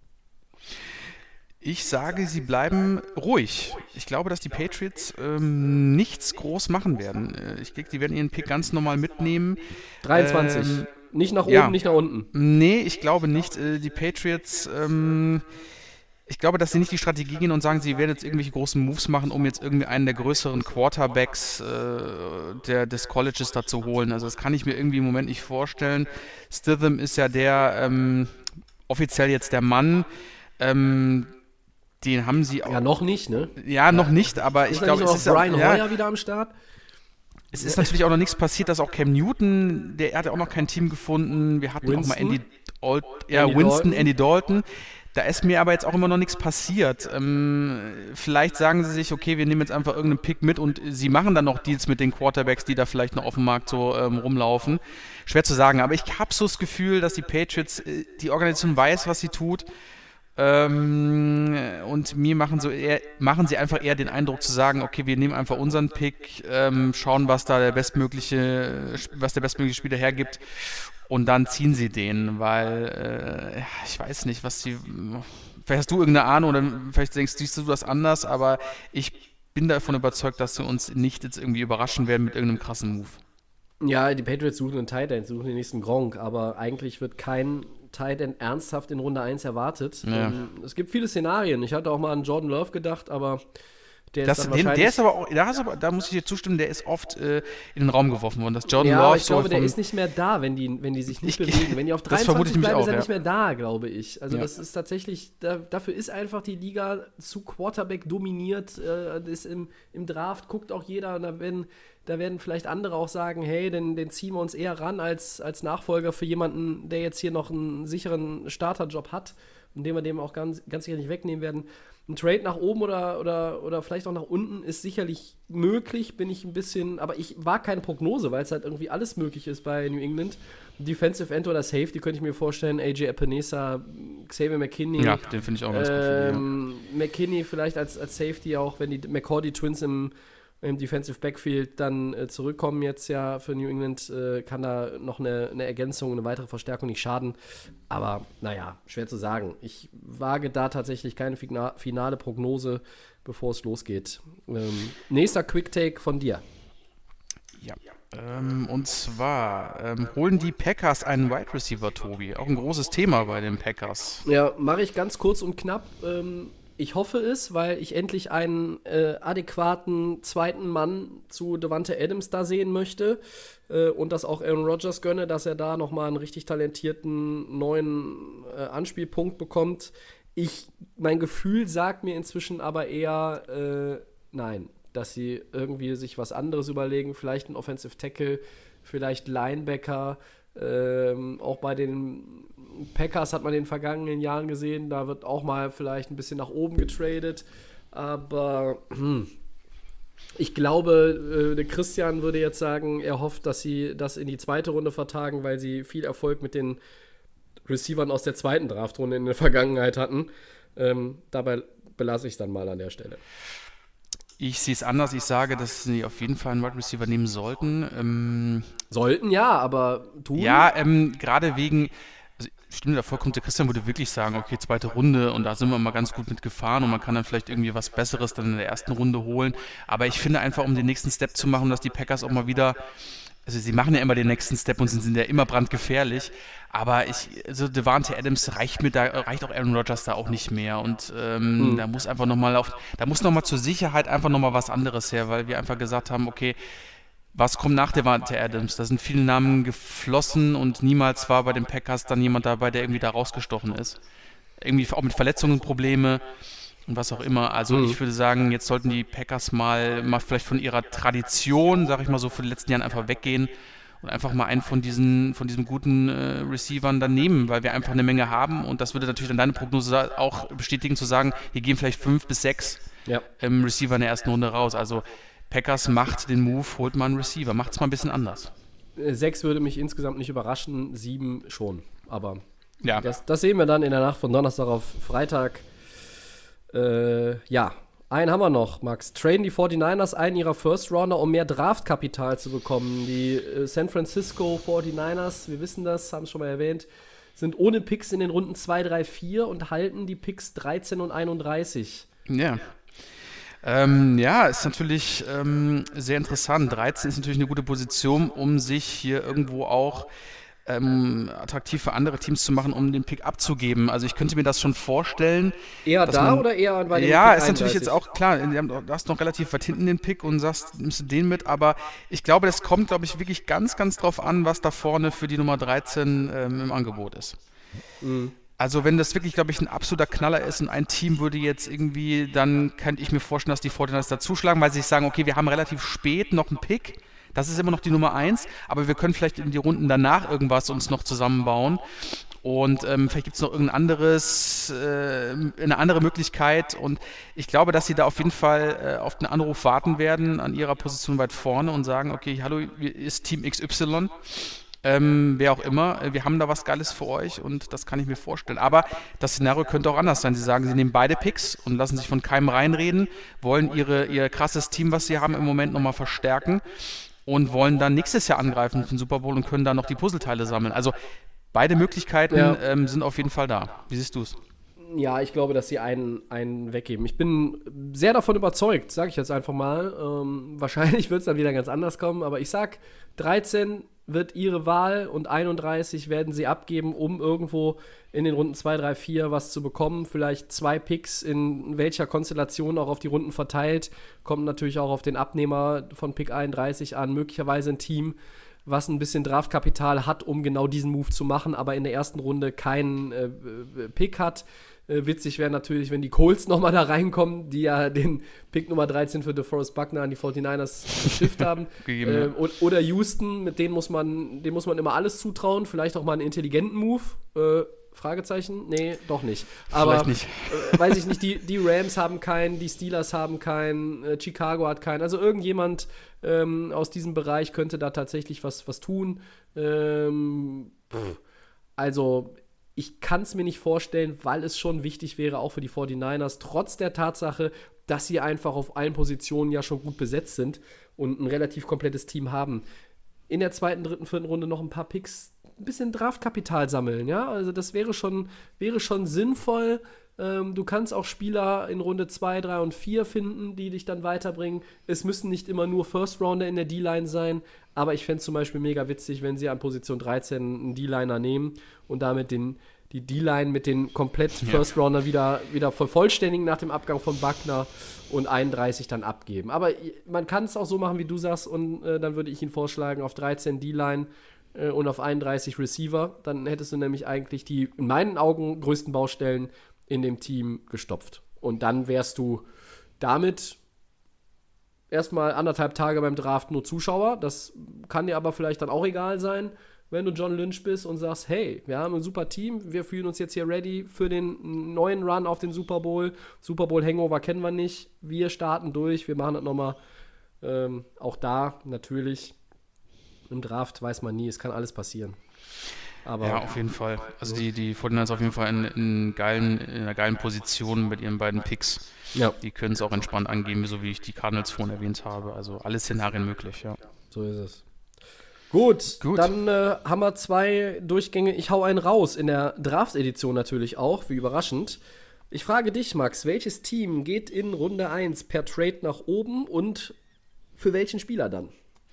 Ich sage, sie bleiben ruhig. Ich glaube, dass die Patriots nichts groß machen werden. Ich denke, die werden ihren Pick ganz normal mitnehmen. 23. Nicht nach oben, nicht nach unten. Nee, ich glaube nicht. Die Patriots, ich glaube, dass sie nicht die Strategie gehen und sagen, sie werden jetzt irgendwelche großen Moves machen, um jetzt irgendwie einen der größeren Quarterbacks des Colleges da zu holen. Also das kann ich mir irgendwie im Moment nicht vorstellen. Stidham ist ja der, offiziell jetzt der Mann, den haben sie auch. Ja, noch nicht, ne? Ja, noch nicht, aber ich glaube, es ist Brian Hoyer wieder am Start. Es ist natürlich auch noch nichts passiert, dass auch Cam Newton, der hat ja auch noch kein Team gefunden. Wir hatten Winston? auch mal Andy Dalton. Da ist mir aber jetzt auch immer noch nichts passiert. Vielleicht sagen sie sich, okay, wir nehmen jetzt einfach irgendeinen Pick mit und sie machen dann noch Deals mit den Quarterbacks, die da vielleicht noch auf dem Markt so rumlaufen. Schwer zu sagen, aber ich habe so das Gefühl, dass die Patriots, die Organisation weiß, was sie tut. Und mir machen sie einfach eher den Eindruck zu sagen, okay, wir nehmen einfach unseren Pick, schauen, was der bestmögliche Spieler hergibt, und dann ziehen sie den, weil ich weiß nicht, vielleicht hast du irgendeine Ahnung oder vielleicht siehst du das anders, aber ich bin davon überzeugt, dass sie uns nicht jetzt irgendwie überraschen werden mit irgendeinem krassen Move. Ja, die Patriots suchen einen Tight End, suchen den nächsten Gronk, aber eigentlich wird kein Tight End ernsthaft in Runde 1 erwartet. Ja. Es gibt viele Szenarien. Ich hatte auch mal an Jordan Love gedacht, aber der ist aber auch, da muss ich dir zustimmen, der ist oft in den Raum geworfen worden. Dass Jordan Love aber ich glaube, der ist nicht mehr da, wenn die sich nicht bewegen. Wenn die auf 23 bleiben, ist er nicht mehr da, glaube ich. Also das ist tatsächlich, dafür ist einfach die Liga zu Quarterback dominiert. Ist im Draft guckt auch jeder, da werden vielleicht andere auch sagen, hey, den ziehen wir uns eher ran als Nachfolger für jemanden, der jetzt hier noch einen sicheren Starterjob hat. und den wir dem auch ganz sicher nicht wegnehmen werden. Ein Trade nach oben oder vielleicht auch nach unten ist sicherlich möglich, aber ich war keine Prognose, weil es halt irgendwie alles möglich ist bei New England. Defensive End oder Safety könnte ich mir vorstellen, AJ Epinesa, Xavier McKinney. Ja, den finde ich auch ganz gut. McKinney vielleicht als Safety auch, wenn die McCourty Twins im Defensive Backfield dann zurückkommen jetzt ja für New England, kann da noch eine Ergänzung, eine weitere Verstärkung nicht schaden. Aber naja, schwer zu sagen. Ich wage da tatsächlich keine finale Prognose, bevor es losgeht. Nächster Quick-Take von dir. Ja, und zwar holen die Packers einen Wide Receiver, Tobi. Auch ein großes Thema bei den Packers. Ja, mache ich ganz kurz und knapp. Ich hoffe es, weil ich endlich einen adäquaten zweiten Mann zu Davante Adams da sehen möchte und das auch Aaron Rodgers gönne, dass er da nochmal einen richtig talentierten neuen Anspielpunkt bekommt. Mein Gefühl sagt mir inzwischen aber eher nein, dass sie irgendwie sich was anderes überlegen, vielleicht ein Offensive Tackle, vielleicht Linebacker. Auch bei den Packers hat man in den vergangenen Jahren gesehen, da wird auch mal vielleicht ein bisschen nach oben getradet, aber ich glaube, der Christian würde jetzt sagen, er hofft, dass sie das in die zweite Runde vertagen, weil sie viel Erfolg mit den Receivern aus der zweiten Draftrunde in der Vergangenheit hatten. Dabei belasse ich es dann mal an der Stelle. Ich sehe es anders. Ich sage, dass sie auf jeden Fall einen Wide Receiver nehmen sollten. Sollten, ja, aber tun? Ja, gerade wegen, also stimmt, da vollkommen, der Christian würde wirklich sagen, okay, zweite Runde und da sind wir mal ganz gut mit gefahren und man kann dann vielleicht irgendwie was Besseres dann in der ersten Runde holen. Aber ich finde einfach, um den nächsten Step zu machen, dass die Packers auch mal wieder, also sie machen ja immer den nächsten Step und sind ja immer brandgefährlich, aber Davante Adams reicht auch Aaron Rodgers da auch nicht mehr und da muss einfach nochmal zur Sicherheit einfach nochmal was anderes her, weil wir einfach gesagt haben, okay, was kommt nach Davante Adams? Da sind viele Namen geflossen und niemals war bei den Packers dann jemand dabei, der irgendwie da rausgestochen ist. Irgendwie auch mit Verletzungen Probleme und was auch immer. Also ich würde sagen, jetzt sollten die Packers mal vielleicht von ihrer Tradition, sag ich mal so, von den letzten Jahren einfach weggehen und einfach mal einen von diesen guten Receivern dann nehmen, weil wir einfach eine Menge haben und das würde natürlich dann deine Prognose auch bestätigen, zu sagen, hier gehen vielleicht 5 bis 6 Receiver in der ersten Runde raus. Also Packers macht den Move, holt mal einen Receiver, macht es mal ein bisschen anders. 6 würde mich insgesamt nicht überraschen, 7 schon, aber ja. Das sehen wir dann in der Nacht von Donnerstag auf Freitag. Einen haben wir noch, Max. Traden die 49ers einen ihrer First-Rounder, um mehr Draftkapital zu bekommen. Die San Francisco 49ers, wir wissen das, haben es schon mal erwähnt, sind ohne Picks in den Runden 2, 3, 4 und halten die Picks 13 und 31. Ja. Ist natürlich sehr interessant. 13 ist natürlich eine gute Position, um sich hier irgendwo auch attraktiv für andere Teams zu machen, um den Pick abzugeben. Also ich könnte mir das schon vorstellen. Eher da oder eher bei dem Ja, Pick ist natürlich jetzt auch klar, du hast noch relativ weit hinten den Pick und sagst, nimmst du den mit, aber ich glaube, das kommt, wirklich ganz, ganz drauf an, was da vorne für die Nummer 13 im Angebot ist. Mhm. Also wenn das wirklich, glaube ich, ein absoluter Knaller ist und ein Team würde jetzt irgendwie, dann könnte ich mir vorstellen, dass die 49ers da zuschlagen, weil sie sich sagen, okay, wir haben relativ spät noch einen Pick, das ist immer noch die Nummer 1, aber wir können vielleicht in die Runden danach irgendwas uns noch zusammenbauen und vielleicht gibt es noch eine andere Möglichkeit und ich glaube, dass sie da auf jeden Fall auf den Anruf warten werden an ihrer Position weit vorne und sagen, okay, hallo, hier ist Team XY, wer auch immer, wir haben da was Geiles für euch und das kann ich mir vorstellen. Aber das Szenario könnte auch anders sein. Sie sagen, sie nehmen beide Picks und lassen sich von keinem reinreden, wollen ihr krasses Team, was sie haben im Moment, nochmal verstärken und wollen dann nächstes Jahr angreifen für den Super Bowl und können dann noch die Puzzleteile sammeln. Also beide Möglichkeiten sind auf jeden Fall da. Wie siehst du es? Ja, ich glaube, dass sie einen weggeben. Ich bin sehr davon überzeugt, sage ich jetzt einfach mal. Wahrscheinlich wird es dann wieder ganz anders kommen, aber ich sag, 13 wird ihre Wahl und 31 werden sie abgeben, um irgendwo in den Runden 2, 3, 4 was zu bekommen. Vielleicht 2 Picks, in welcher Konstellation auch auf die Runden verteilt. Kommt natürlich auch auf den Abnehmer von Pick 31 an. Möglicherweise ein Team, was ein bisschen Draftkapital hat, um genau diesen Move zu machen, aber in der ersten Runde keinen Pick hat. Witzig wäre natürlich, wenn die Colts nochmal da reinkommen, die ja den Pick Nummer 13 für DeForest Buckner an die 49ers verschifft haben. Oder Houston, mit denen muss man immer alles zutrauen, vielleicht auch mal einen intelligenten Move. Fragezeichen? Nee, doch nicht. Aber Vielleicht nicht. Weiß ich nicht, die Rams haben keinen, die Steelers haben keinen, Chicago hat keinen. Also irgendjemand aus diesem Bereich könnte da tatsächlich was tun. Also ich kann es mir nicht vorstellen, weil es schon wichtig wäre, auch für die 49ers, trotz der Tatsache, dass sie einfach auf allen Positionen ja schon gut besetzt sind und ein relativ komplettes Team haben. In der 2., 3., 4. Runde noch ein paar Picks, ein bisschen Draftkapital sammeln, ja, also das wäre schon sinnvoll. Du kannst auch Spieler in Runde 2, 3 und 4 finden, die dich dann weiterbringen. Es müssen nicht immer nur First-Rounder in der D-Line sein, aber ich fände es zum Beispiel mega witzig, wenn sie an Position 13 einen D-Liner nehmen und damit die D-Line mit den komplett First-Rounder wieder vervollständigen nach dem Abgang von Buckner und 31 dann abgeben. Aber man kann es auch so machen, wie du sagst, und dann würde ich Ihnen vorschlagen, auf 13 D-Line und auf 31 Receiver. Dann hättest du nämlich eigentlich die, in meinen Augen, größten Baustellen in dem Team gestopft. Und dann wärst du damit erstmal 1,5 Tage beim Draft nur Zuschauer. Das kann dir aber vielleicht dann auch egal sein, wenn du John Lynch bist und sagst, hey, wir haben ein super Team, wir fühlen uns jetzt hier ready für den neuen Run auf den Super Bowl. Super Bowl Hangover kennen wir nicht. Wir starten durch, wir machen das nochmal. Auch da natürlich im Draft weiß man nie, es kann alles passieren. Aber ja, auf jeden Fall. Also die 49ers auf jeden Fall in einer geilen Position mit ihren beiden Picks. ja, Die können es auch entspannt angeben, so wie ich die Cardinals vorhin erwähnt habe. Also alle Szenarien möglich, ja. so ist es. Gut, Gut. dann haben wir 2 Durchgänge. Ich hau einen raus, in der Draft-Edition natürlich auch, wie überraschend. Ich frage dich, Max, welches Team geht in Runde 1 per Trade nach oben und für welchen Spieler dann?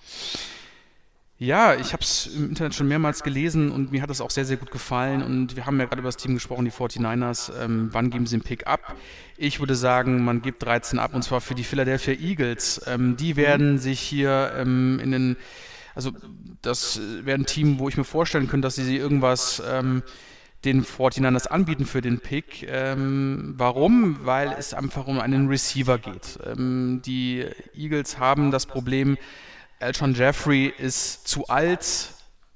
Ja, ich habe es im Internet schon mehrmals gelesen und mir hat es auch sehr, sehr gut gefallen. Und wir haben ja gerade über das Team gesprochen, die 49ers. Wann geben sie den Pick ab? Ich würde sagen, man gibt 13 ab, und zwar für die Philadelphia Eagles. Die werden sich hier also das wäre ein Team, wo ich mir vorstellen könnte, dass sie irgendwas den 49ers anbieten für den Pick. Warum? Weil es einfach um einen Receiver geht. Die Eagles haben das Problem, Alshon Jeffrey ist zu alt.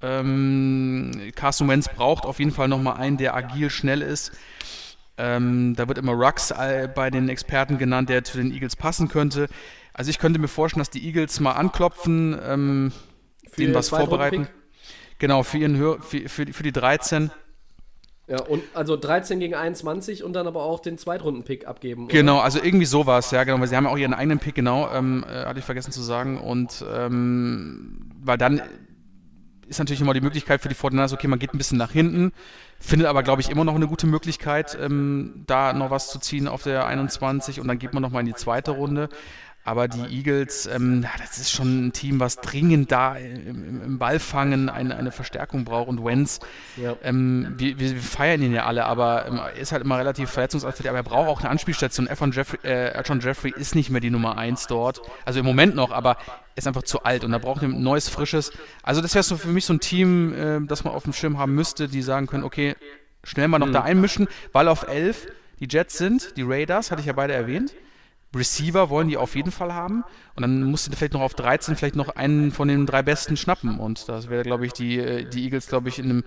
Carson Wentz braucht auf jeden Fall nochmal einen, der agil, schnell ist. Da wird immer Rux bei den Experten genannt, der zu den Eagles passen könnte. Also ich könnte mir vorstellen, dass die Eagles mal anklopfen, denen was vorbereiten. Genau, für die 13. Ja, und also 13 gegen 21 und dann aber auch den Zweitrunden-Pick abgeben. Oder? Genau, also irgendwie sowas, ja, genau, weil sie haben ja auch ihren eigenen Pick, genau, hatte ich vergessen zu sagen. Und weil dann ist natürlich immer die Möglichkeit für die 49ers, okay, man geht ein bisschen nach hinten, findet aber, glaube ich, immer noch eine gute Möglichkeit, da noch was zu ziehen auf der 21, und dann geht man nochmal in die zweite Runde. Aber die Eagles, das ist schon ein Team, was dringend da im Ballfangen eine Verstärkung braucht. Und Wentz, Ja. wir feiern ihn ja alle, aber er ist halt immer relativ verletzungsanfällig, aber er braucht auch eine Anspielstation. Alshon Jeffrey ist nicht mehr die Nummer 1 dort, also im Moment noch, aber ist einfach zu alt und da braucht er ein neues, frisches. Also das wäre so für mich so ein Team, das man auf dem Schirm haben müsste, die sagen können, okay, schnell mal noch da einmischen, weil auf 11 die Jets sind, die Raiders, hatte ich ja beide erwähnt. Receiver wollen die auf jeden Fall haben, und dann musst du vielleicht noch auf 13 vielleicht noch einen von den 3 Besten schnappen, und das wäre, glaube ich, die Eagles, glaube ich, in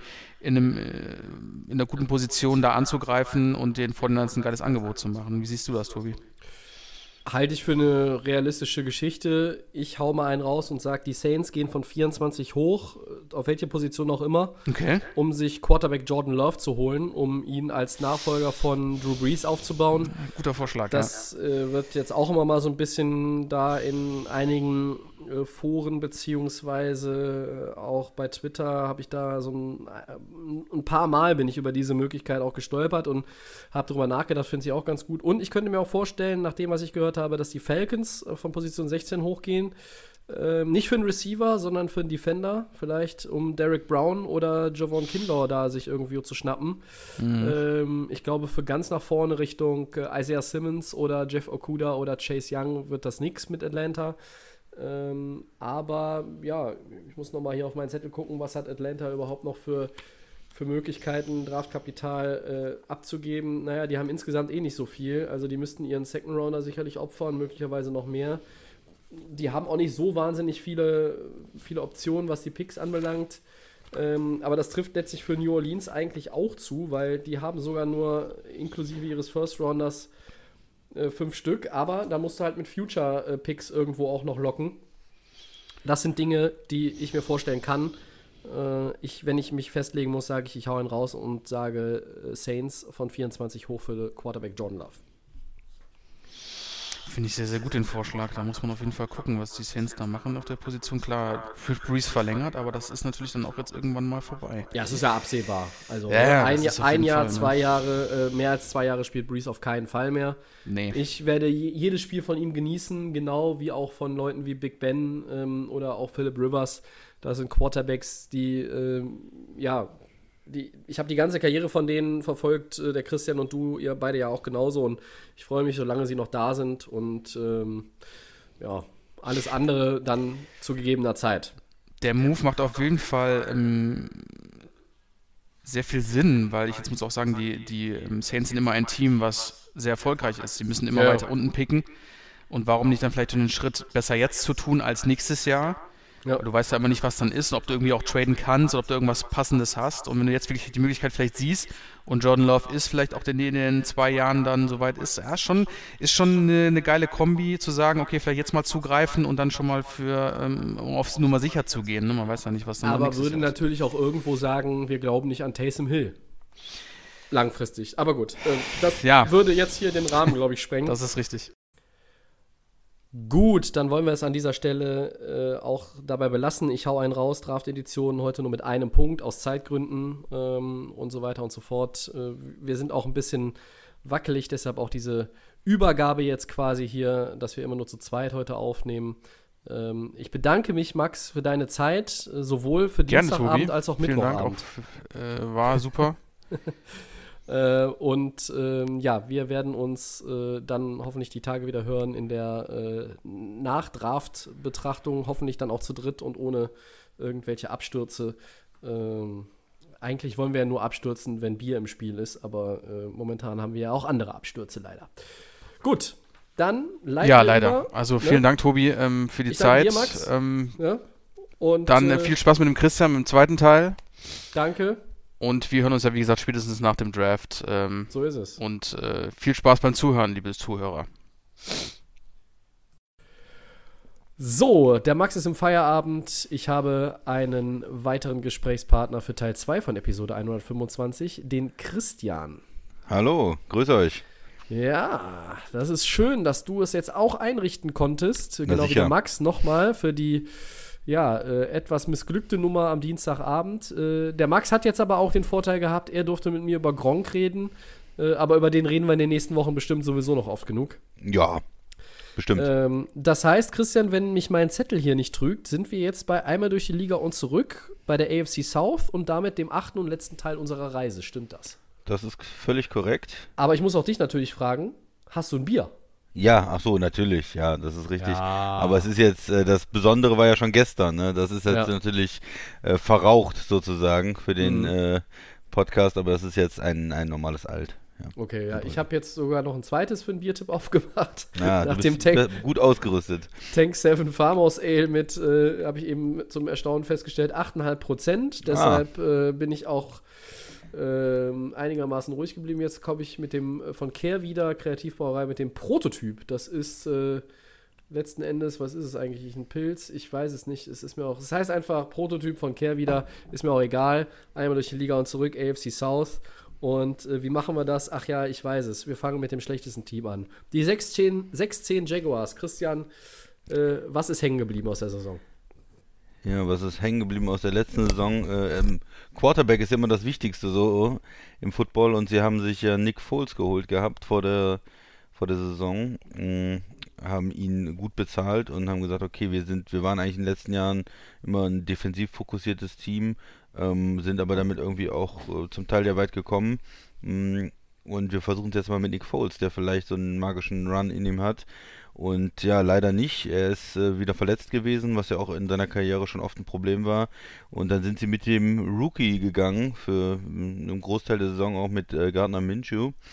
einer guten Position da anzugreifen und den 49ers ein geiles Angebot zu machen. Wie siehst du das, Tobi? Halte ich für eine realistische Geschichte. Ich hau mal einen raus und sage, die Saints gehen von 24 hoch, auf welche Position auch immer, Okay. um sich Quarterback Jordan Love zu holen, um ihn als Nachfolger von Drew Brees aufzubauen. Guter Vorschlag, Das wird jetzt auch immer mal so ein bisschen da in einigen Foren beziehungsweise auch bei Twitter habe ich da so ein paar Mal bin ich über diese Möglichkeit auch gestolpert und habe darüber nachgedacht, finde ich auch ganz gut. Und ich könnte mir auch vorstellen, nach dem, was ich gehört habe, dass die Falcons von Position 16 hochgehen. Nicht für einen Receiver, sondern für einen Defender. Vielleicht um Derek Brown oder Javon Kinlaw da sich irgendwie zu schnappen. Ich glaube, für ganz nach vorne Richtung Isaiah Simmons oder Jeff Okuda oder Chase Young wird das nichts mit Atlanta. Aber ja, ich muss nochmal hier auf meinen Zettel gucken, was hat Atlanta überhaupt noch für Möglichkeiten, Draftkapital abzugeben. Naja, die haben insgesamt eh nicht so viel. Also die müssten ihren Second Rounder sicherlich opfern, möglicherweise noch mehr. Die haben auch nicht so wahnsinnig viele Optionen, was die Picks anbelangt. Aber das trifft letztlich für New Orleans eigentlich auch zu, weil die haben sogar nur inklusive ihres First-Rounders 5 Stück. Aber da musst du halt mit Future-Picks irgendwo auch noch locken. Das sind Dinge, die ich mir vorstellen kann. Wenn ich mich festlegen muss, sage ich hau ihn raus und sage Saints von 24 hoch für Quarterback Jordan Love. Finde ich sehr, sehr gut den Vorschlag. Da muss man auf jeden Fall gucken, was die Saints da machen auf der Position. Klar, für Breeze verlängert, aber das ist natürlich dann auch jetzt irgendwann mal vorbei. Ja, es ist ja absehbar. Also ja, ein Jahr, Fall, 2 Jahre, mehr als 2 Jahre spielt Breeze auf keinen Fall mehr. Nee. Ich werde jedes Spiel von ihm genießen, genau wie auch von Leuten wie Big Ben oder auch Philip Rivers. Das sind Quarterbacks, die ich habe die ganze Karriere von denen verfolgt, der Christian und du, ihr beide ja auch genauso, und ich freue mich, solange sie noch da sind, und alles andere dann zu gegebener Zeit. Der Move macht auf jeden Fall sehr viel Sinn, weil ich jetzt muss auch sagen, die Saints sind immer ein Team, was sehr erfolgreich ist. Sie müssen immer weiter unten picken, und warum nicht dann vielleicht den Schritt besser jetzt zu tun als nächstes Jahr? Ja. Du weißt ja immer nicht, was dann ist, und ob du irgendwie auch traden kannst oder ob du irgendwas Passendes hast. Und wenn du jetzt wirklich die Möglichkeit vielleicht siehst und Jordan Love ist vielleicht auch in den 2 Jahren dann soweit ist, ist schon eine geile Kombi zu sagen, okay, vielleicht jetzt mal zugreifen und dann schon mal um aufs Nummer sicher zu gehen. Ne? Man weiß ja nicht, was dann aber würde natürlich auch irgendwo sagen, wir glauben nicht an Taysom Hill. Langfristig. Aber gut, das würde jetzt hier den Rahmen, glaube ich, sprengen. Das ist richtig. Gut, dann wollen wir es an dieser Stelle auch dabei belassen. Ich hau einen raus, Draft-Edition, heute nur mit einem Punkt aus Zeitgründen und so weiter und so fort. Wir sind auch ein bisschen wackelig, deshalb auch diese Übergabe jetzt quasi hier, dass wir immer nur zu zweit heute aufnehmen. Ich bedanke mich, Max, für deine Zeit, sowohl für Dienstagabend als auch Mittwochabend. Vielen Dank, war super. Wir werden uns dann hoffentlich die Tage wieder hören in der Nach-Draft-Betrachtung, hoffentlich dann auch zu dritt und ohne irgendwelche Abstürze. Eigentlich wollen wir ja nur abstürzen, wenn Bier im Spiel ist, aber momentan haben wir ja auch andere Abstürze leider. Gut, dann leider. Ja, leider. Also vielen Dank, Tobi, für die Zeit. Danke dir, Max. Und dann viel Spaß mit dem Christian im zweiten Teil. Danke. Und wir hören uns ja, wie gesagt, spätestens nach dem Draft. So ist es. Und viel Spaß beim Zuhören, liebe Zuhörer. So, der Max ist im Feierabend. Ich habe einen weiteren Gesprächspartner für Teil 2 von Episode 125, den Christian. Hallo, grüße euch. Ja, das ist schön, dass du es jetzt auch einrichten konntest. Na, genau sicher. wie der Max nochmal für die etwas missglückte Nummer am Dienstagabend. Der Max hat jetzt aber auch den Vorteil gehabt, er durfte mit mir über Gronk reden, aber über den reden wir in den nächsten Wochen bestimmt sowieso noch oft genug. Ja, bestimmt. Das heißt, Christian, wenn mich mein Zettel hier nicht trügt, sind wir jetzt bei Einmal durch die Liga und zurück bei der AFC South und damit dem 8. und letzten Teil unserer Reise. Stimmt das? Das ist völlig korrekt. Aber ich muss auch dich natürlich fragen, hast du ein Bier? Ja, ach so, natürlich, ja, das ist richtig. Ja. Aber es ist jetzt, das Besondere war ja schon gestern, ne? Das ist jetzt natürlich verraucht sozusagen für den Podcast, aber das ist jetzt ein normales Alt. Ja. Okay, ja, ich habe jetzt sogar noch ein zweites für einen Biertipp aufgemacht. Ja, Nach du dem bist gut ausgerüstet. Tank 7 Farmhouse Ale mit, habe ich eben zum Erstaunen festgestellt, 8,5%. Deshalb bin ich auch einigermaßen ruhig geblieben. Jetzt komme ich mit dem von Kehrwieder Kreativbrauerei mit dem Prototyp. Das ist letzten Endes, was ist es eigentlich? Ein Pilz? Ich weiß es nicht. Es heißt einfach Prototyp von Kehrwieder. Ist mir auch egal. Einmal durch die Liga und zurück, AFC South. Und wie machen wir das? Ach ja, ich weiß es. Wir fangen mit dem schlechtesten Team an. Die 6-10 Jaguars. Christian, was ist hängen geblieben aus der Saison? Ja, was ist hängen geblieben aus der letzten Saison? Quarterback ist immer das Wichtigste so im Football, und sie haben sich ja Nick Foles geholt gehabt vor der Saison, haben ihn gut bezahlt und haben gesagt, okay, wir waren eigentlich in den letzten Jahren immer ein defensiv fokussiertes Team, sind aber damit irgendwie auch zum Teil ja weit gekommen, und wir versuchen es jetzt mal mit Nick Foles, der vielleicht so einen magischen Run in ihm hat. Und ja, leider nicht. Er ist wieder verletzt gewesen, was ja auch in seiner Karriere schon oft ein Problem war. Und dann sind sie mit dem Rookie gegangen, für einen Großteil der Saison auch mit Gardner Minshew.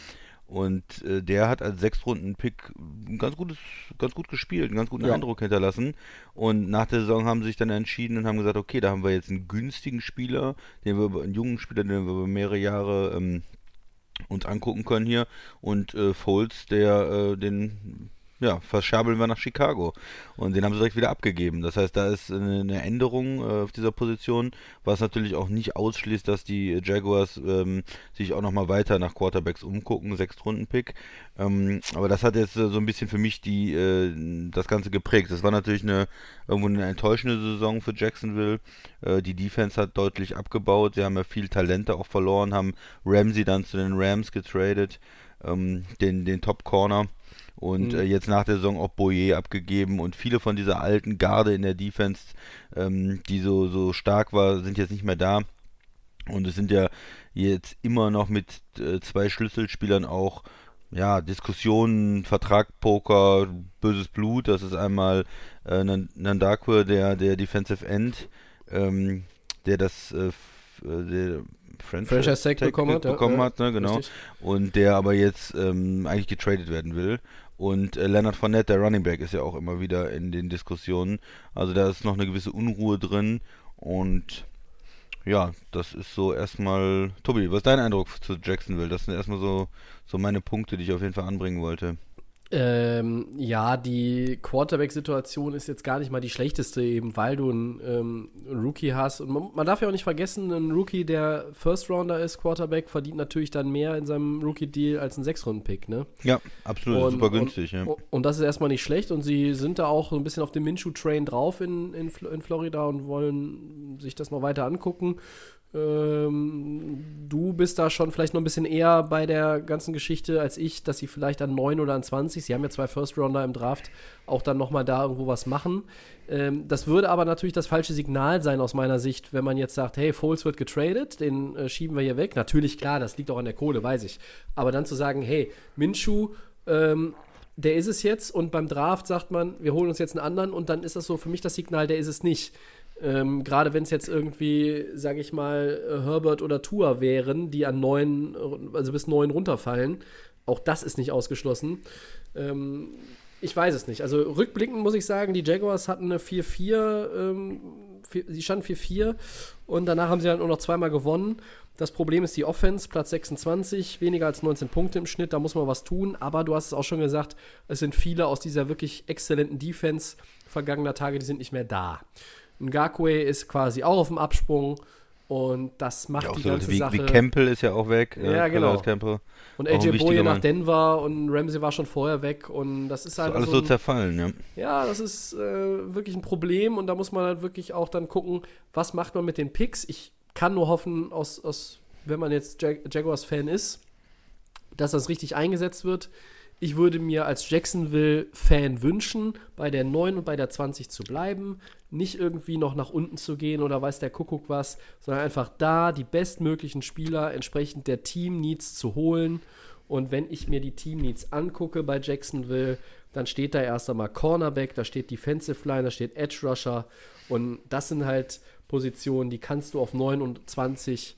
Und der hat als Sechstrunden-Pick ganz gut gespielt, einen ganz guten Eindruck hinterlassen. Und nach der Saison haben sie sich dann entschieden und haben gesagt, okay, da haben wir jetzt einen günstigen Spieler, einen jungen Spieler, den wir über mehrere Jahre uns angucken können hier. Und Foles, den verscherbeln wir nach Chicago. Und den haben sie direkt wieder abgegeben. Das heißt, da ist eine Änderung auf dieser Position, was natürlich auch nicht ausschließt, dass die Jaguars sich auch nochmal weiter nach Quarterbacks umgucken, 6-Runden-Pick. Aber das hat jetzt so ein bisschen für mich das Ganze geprägt. Das war natürlich irgendwo eine enttäuschende Saison für Jacksonville. Die Defense hat deutlich abgebaut. Sie haben ja viel Talente auch verloren, haben Ramsey dann zu den Rams getradet, den Top-Corner. Und jetzt nach der Saison auch Boyer abgegeben und viele von dieser alten Garde in der Defense, die so stark war, sind jetzt nicht mehr da. Und es sind ja jetzt immer noch mit 2 Schlüsselspielern auch Diskussionen, Vertragpoker, böses Blut. Das ist einmal Nandakwe, der Defensive End, der das der Franchise-Tag bekommen hat, ne, genau. Richtig. Und der aber jetzt eigentlich getradet werden will. Und Leonard Fournette, der Running Back, ist ja auch immer wieder in den Diskussionen. Also da ist noch eine gewisse Unruhe drin. Und ja, das ist so erstmal... Tobi, was ist dein Eindruck zu Jacksonville? Das sind erstmal so meine Punkte, die ich auf jeden Fall anbringen wollte. Die Quarterback-Situation ist jetzt gar nicht mal die schlechteste, eben weil du einen Rookie hast. Und man darf ja auch nicht vergessen, ein Rookie, der First-Rounder ist, Quarterback, verdient natürlich dann mehr in seinem Rookie-Deal als ein 6-Runden-Pick, ne? Ja, absolut, super günstig. Und das ist erstmal nicht schlecht. Und sie sind da auch so ein bisschen auf dem Minshew-Train drauf in Florida und wollen sich das noch weiter angucken. Du bist da schon vielleicht noch ein bisschen eher bei der ganzen Geschichte als ich, dass sie vielleicht an 9 oder an 20, sie haben ja 2 First-Rounder im Draft, auch dann nochmal da irgendwo was machen. Das würde aber natürlich das falsche Signal sein aus meiner Sicht, wenn man jetzt sagt, hey, Foles wird getradet, den schieben wir hier weg. Natürlich, klar, das liegt auch an der Kohle, weiß ich. Aber dann zu sagen, hey, Minshew, der ist es jetzt und beim Draft sagt man, wir holen uns jetzt einen anderen und dann ist das so für mich das Signal, der ist es nicht. Gerade wenn es jetzt irgendwie, sage ich mal, Herbert oder Tua wären, die an 9, also bis 9 runterfallen, auch das ist nicht ausgeschlossen. Ich weiß es nicht. Also rückblickend muss ich sagen, die Jaguars hatten eine 4-4, sie standen 4-4 und danach haben sie dann nur noch 2-mal gewonnen. Das Problem ist die Offense, Platz 26, weniger als 19 Punkte im Schnitt, da muss man was tun, aber du hast es auch schon gesagt, es sind viele aus dieser wirklich exzellenten Defense vergangener Tage, die sind nicht mehr da. Ngakoue ist quasi auch auf dem Absprung und das macht die ganze Sache. Wie Campbell ist ja auch weg. Ja, genau. Campbell. Und AJ Boye nach Denver und Ramsey war schon vorher weg und das ist halt alles so zerfallen, ja. Ja, das ist wirklich ein Problem und da muss man halt wirklich auch dann gucken, was macht man mit den Picks. Ich kann nur hoffen, wenn man jetzt Jaguars-Fan ist, dass das richtig eingesetzt wird. Ich würde mir als Jacksonville-Fan wünschen, bei der 9 und bei der 20 zu bleiben, nicht irgendwie noch nach unten zu gehen oder weiß der Kuckuck was, sondern einfach da die bestmöglichen Spieler entsprechend der Team-Needs zu holen. Und wenn ich mir die Team-Needs angucke bei Jacksonville, dann steht da erst einmal Cornerback, da steht Defensive Line, da steht Edge Rusher und das sind halt Positionen, die kannst du auf 9 und 20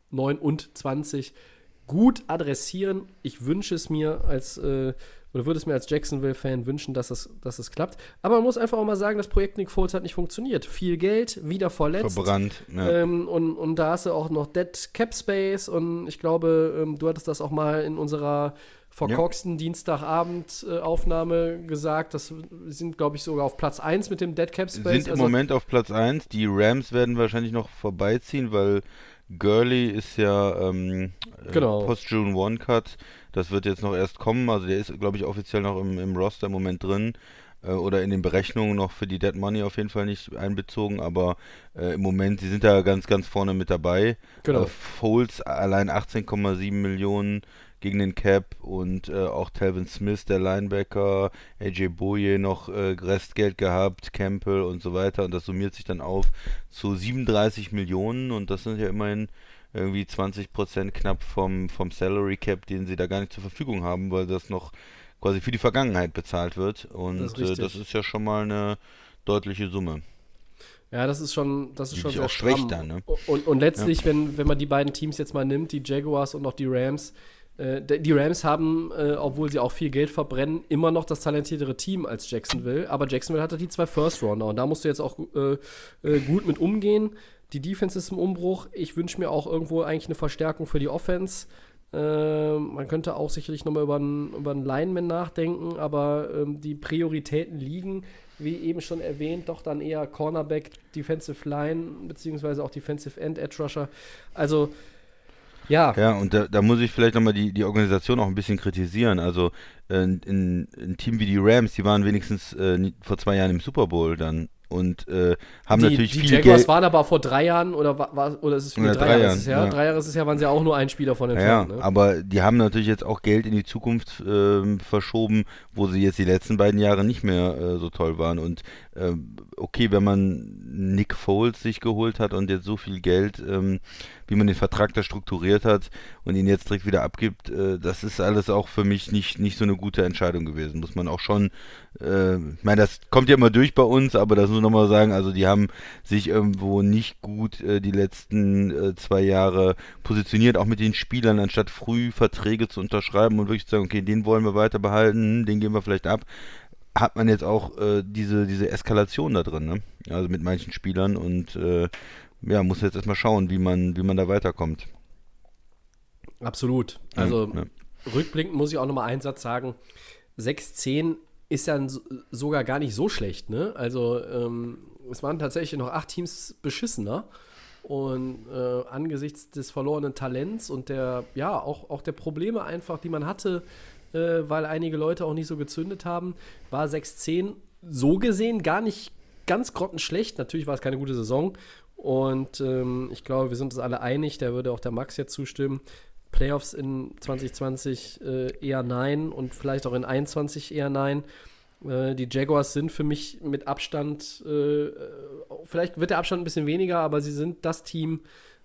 gut adressieren. Ich wünsche es mir würde es mir als Jacksonville-Fan wünschen, dass es klappt. Aber man muss einfach auch mal sagen, das Projekt Nick Foles hat nicht funktioniert. Viel Geld, wieder verletzt. Verbrannt. Ja. Und da hast du auch noch Dead Cap Space und ich glaube, du hattest das auch mal in unserer verkorksten Dienstagabend-Aufnahme gesagt. Das sind, glaube ich, sogar auf Platz 1 mit dem Dead Cap Space. Sind im Moment auf Platz 1. Die Rams werden wahrscheinlich noch vorbeiziehen, weil Gurley ist ja Post-June One-Cut. Das wird jetzt noch erst kommen. Also der ist, glaube ich, offiziell noch im Roster im Moment drin. Oder in den Berechnungen noch für die Dead Money auf jeden Fall nicht einbezogen. Aber im Moment, sie sind da ganz, ganz vorne mit dabei. Genau. Foles allein 18,7 Millionen gegen den Cap und auch Telvin Smith, der Linebacker, AJ Boye noch Restgeld gehabt, Campbell und so weiter und das summiert sich dann auf zu 37 Millionen und das sind ja immerhin irgendwie 20% knapp vom Salary Cap, den sie da gar nicht zur Verfügung haben, weil das noch quasi für die Vergangenheit bezahlt wird und das ist ja schon mal eine deutliche Summe. Ja, das ist schon sehr auch schwächt dann, ne? Und letztlich, wenn man die beiden Teams jetzt mal nimmt, die Jaguars und auch die Rams, Die Rams haben, obwohl sie auch viel Geld verbrennen, immer noch das talentiertere Team als Jacksonville. Aber Jacksonville hatte die 2 First-Rounder und da musst du jetzt auch gut mit umgehen. Die Defense ist im Umbruch. Ich wünsche mir auch irgendwo eigentlich eine Verstärkung für die Offense. Man könnte auch sicherlich nochmal über einen Lineman nachdenken, aber die Prioritäten liegen, wie eben schon erwähnt, doch dann eher Cornerback, Defensive Line, beziehungsweise auch Defensive End, Edge Rusher. Also, ja. Ja, und da muss ich vielleicht nochmal die Organisation auch ein bisschen kritisieren. Also ein Team wie die Rams, die waren wenigstens vor 2 Jahren im Super Bowl dann und haben natürlich viel Geld. Die Jaguars waren aber vor 3 Jahren oder ist es wieder 3 Jahre? Ja. 3 Jahre ist es ja, waren sie auch nur ein Spieler von Ja, entfernt. Ne? aber die haben natürlich jetzt auch Geld in die Zukunft verschoben, wo sie jetzt die letzten beiden Jahre nicht mehr so toll waren. Und okay, wenn man Nick Foles sich geholt hat und jetzt so viel Geld, wie man den Vertrag da strukturiert hat und ihn jetzt direkt wieder abgibt, das ist alles auch für mich nicht so eine gute Entscheidung gewesen. Muss man auch schon, ich meine, das kommt ja immer durch bei uns, aber das muss ich nochmal sagen, also die haben sich irgendwo nicht gut die letzten 2 Jahre positioniert, auch mit den Spielern, anstatt früh Verträge zu unterschreiben und wirklich zu sagen, okay, den wollen wir weiter behalten, den geben wir vielleicht ab, hat man jetzt auch diese Eskalation da drin, ne? Also mit manchen Spielern und ja, muss jetzt erstmal schauen, wie man da weiterkommt. Absolut. Also rückblickend muss ich auch nochmal einen Satz sagen, 6-10 ist ja sogar gar nicht so schlecht, ne? Also es waren tatsächlich noch 8 Teams beschissener und angesichts des verlorenen Talents und der, ja, auch der Probleme einfach, die man hatte, weil einige Leute auch nicht so gezündet haben, war 6-10 so gesehen gar nicht ganz grottenschlecht. Natürlich war es keine gute Saison und ich glaube, wir sind uns alle einig, da würde auch der Max jetzt zustimmen. Playoffs in 2020 eher nein und vielleicht auch in 21 eher nein. Die Jaguars sind für mich mit Abstand, vielleicht wird der Abstand ein bisschen weniger, aber sie sind das Team,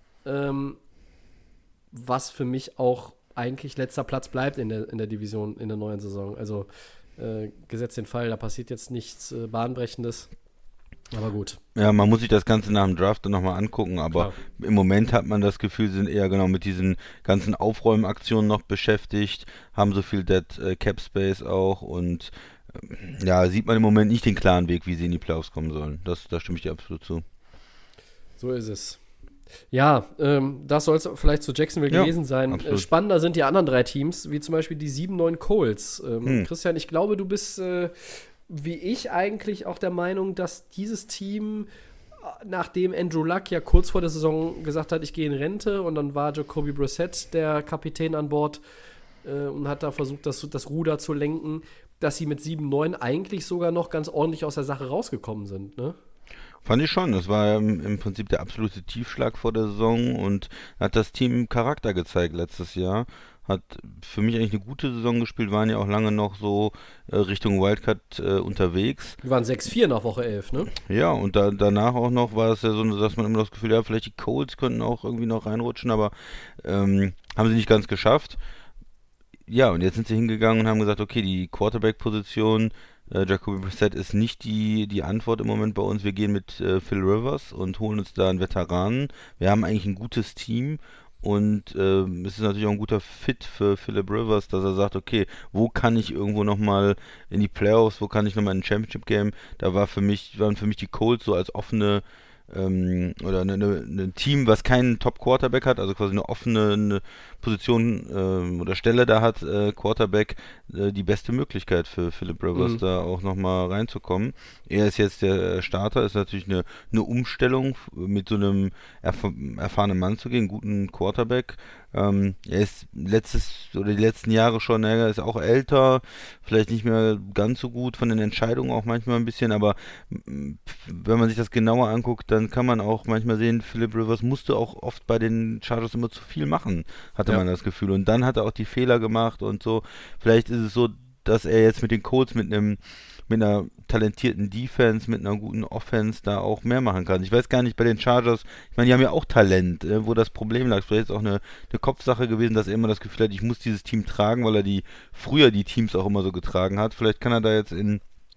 was für mich auch eigentlich letzter Platz bleibt in der Division in der neuen Saison. Also gesetzt den Fall, da passiert jetzt nichts Bahnbrechendes. Aber gut. Ja, man muss sich das Ganze nach dem Draft dann nochmal angucken, aber im Moment hat man das Gefühl, sie sind eher genau mit diesen ganzen Aufräumaktionen noch beschäftigt, haben so viel Dead Cap Space auch und ja, sieht man im Moment nicht den klaren Weg, wie sie in die Playoffs kommen sollen. Da stimme ich dir absolut zu. So ist es. Ja, das soll es vielleicht zu Jacksonville gewesen sein. Spannender sind die anderen 3 Teams, wie zum Beispiel die 7-9 Colts. Christian, ich glaube, du bist wie ich eigentlich auch der Meinung, dass dieses Team, nachdem Andrew Luck ja kurz vor der Saison gesagt hat, ich gehe in Rente und dann war Jacoby Brissett der Kapitän an Bord und hat da versucht, das Ruder zu lenken, dass sie mit 7-9 eigentlich sogar noch ganz ordentlich aus der Sache rausgekommen sind, ne? Fand ich schon. Das war ja im Prinzip der absolute Tiefschlag vor der Saison und hat das Team Charakter gezeigt letztes Jahr. Hat für mich eigentlich eine gute Saison gespielt, waren ja auch lange noch so Richtung Wildcard unterwegs. Die waren 6-4 nach Woche 11, ne? Ja, und danach auch noch war es ja so, dass man immer das Gefühl hat, vielleicht die Colts könnten auch irgendwie noch reinrutschen, aber haben sie nicht ganz geschafft. Ja, und jetzt sind sie hingegangen und haben gesagt, okay, die Quarterback-Position, Jacoby Brissett ist nicht die Antwort im Moment bei uns. Wir gehen mit Phil Rivers und holen uns da einen Veteranen. Wir haben eigentlich ein gutes Team und es ist natürlich auch ein guter Fit für Philip Rivers, dass er sagt, okay, wo kann ich irgendwo nochmal in die Playoffs, wo kann ich nochmal in ein Championship-Game? Da waren für mich die Colts so als offene oder ein Team, was keinen Top-Quarterback hat, also quasi eine offene Position oder Stelle da hat, Quarterback, die beste Möglichkeit für Philip Rivers da auch nochmal reinzukommen. Er ist jetzt der Starter, ist natürlich eine Umstellung, mit so einem erfahrenen Mann zu gehen, guten Quarterback. Er ist die letzten Jahre schon, er ist auch älter, vielleicht nicht mehr ganz so gut von den Entscheidungen auch manchmal ein bisschen, aber wenn man sich das genauer anguckt, dann kann man auch manchmal sehen, Philip Rivers musste auch oft bei den Chargers immer zu viel machen, hatte man das Gefühl. Und dann hat er auch die Fehler gemacht und so. Vielleicht ist es so, dass er jetzt mit den Colts mit einer talentierten Defense, mit einer guten Offense da auch mehr machen kann. Ich weiß gar nicht, bei den Chargers, ich meine, die haben ja auch Talent, wo das Problem lag. Vielleicht ist auch eine Kopfsache gewesen, dass er immer das Gefühl hat, ich muss dieses Team tragen, weil er früher die Teams auch immer so getragen hat. Vielleicht kann er da jetzt in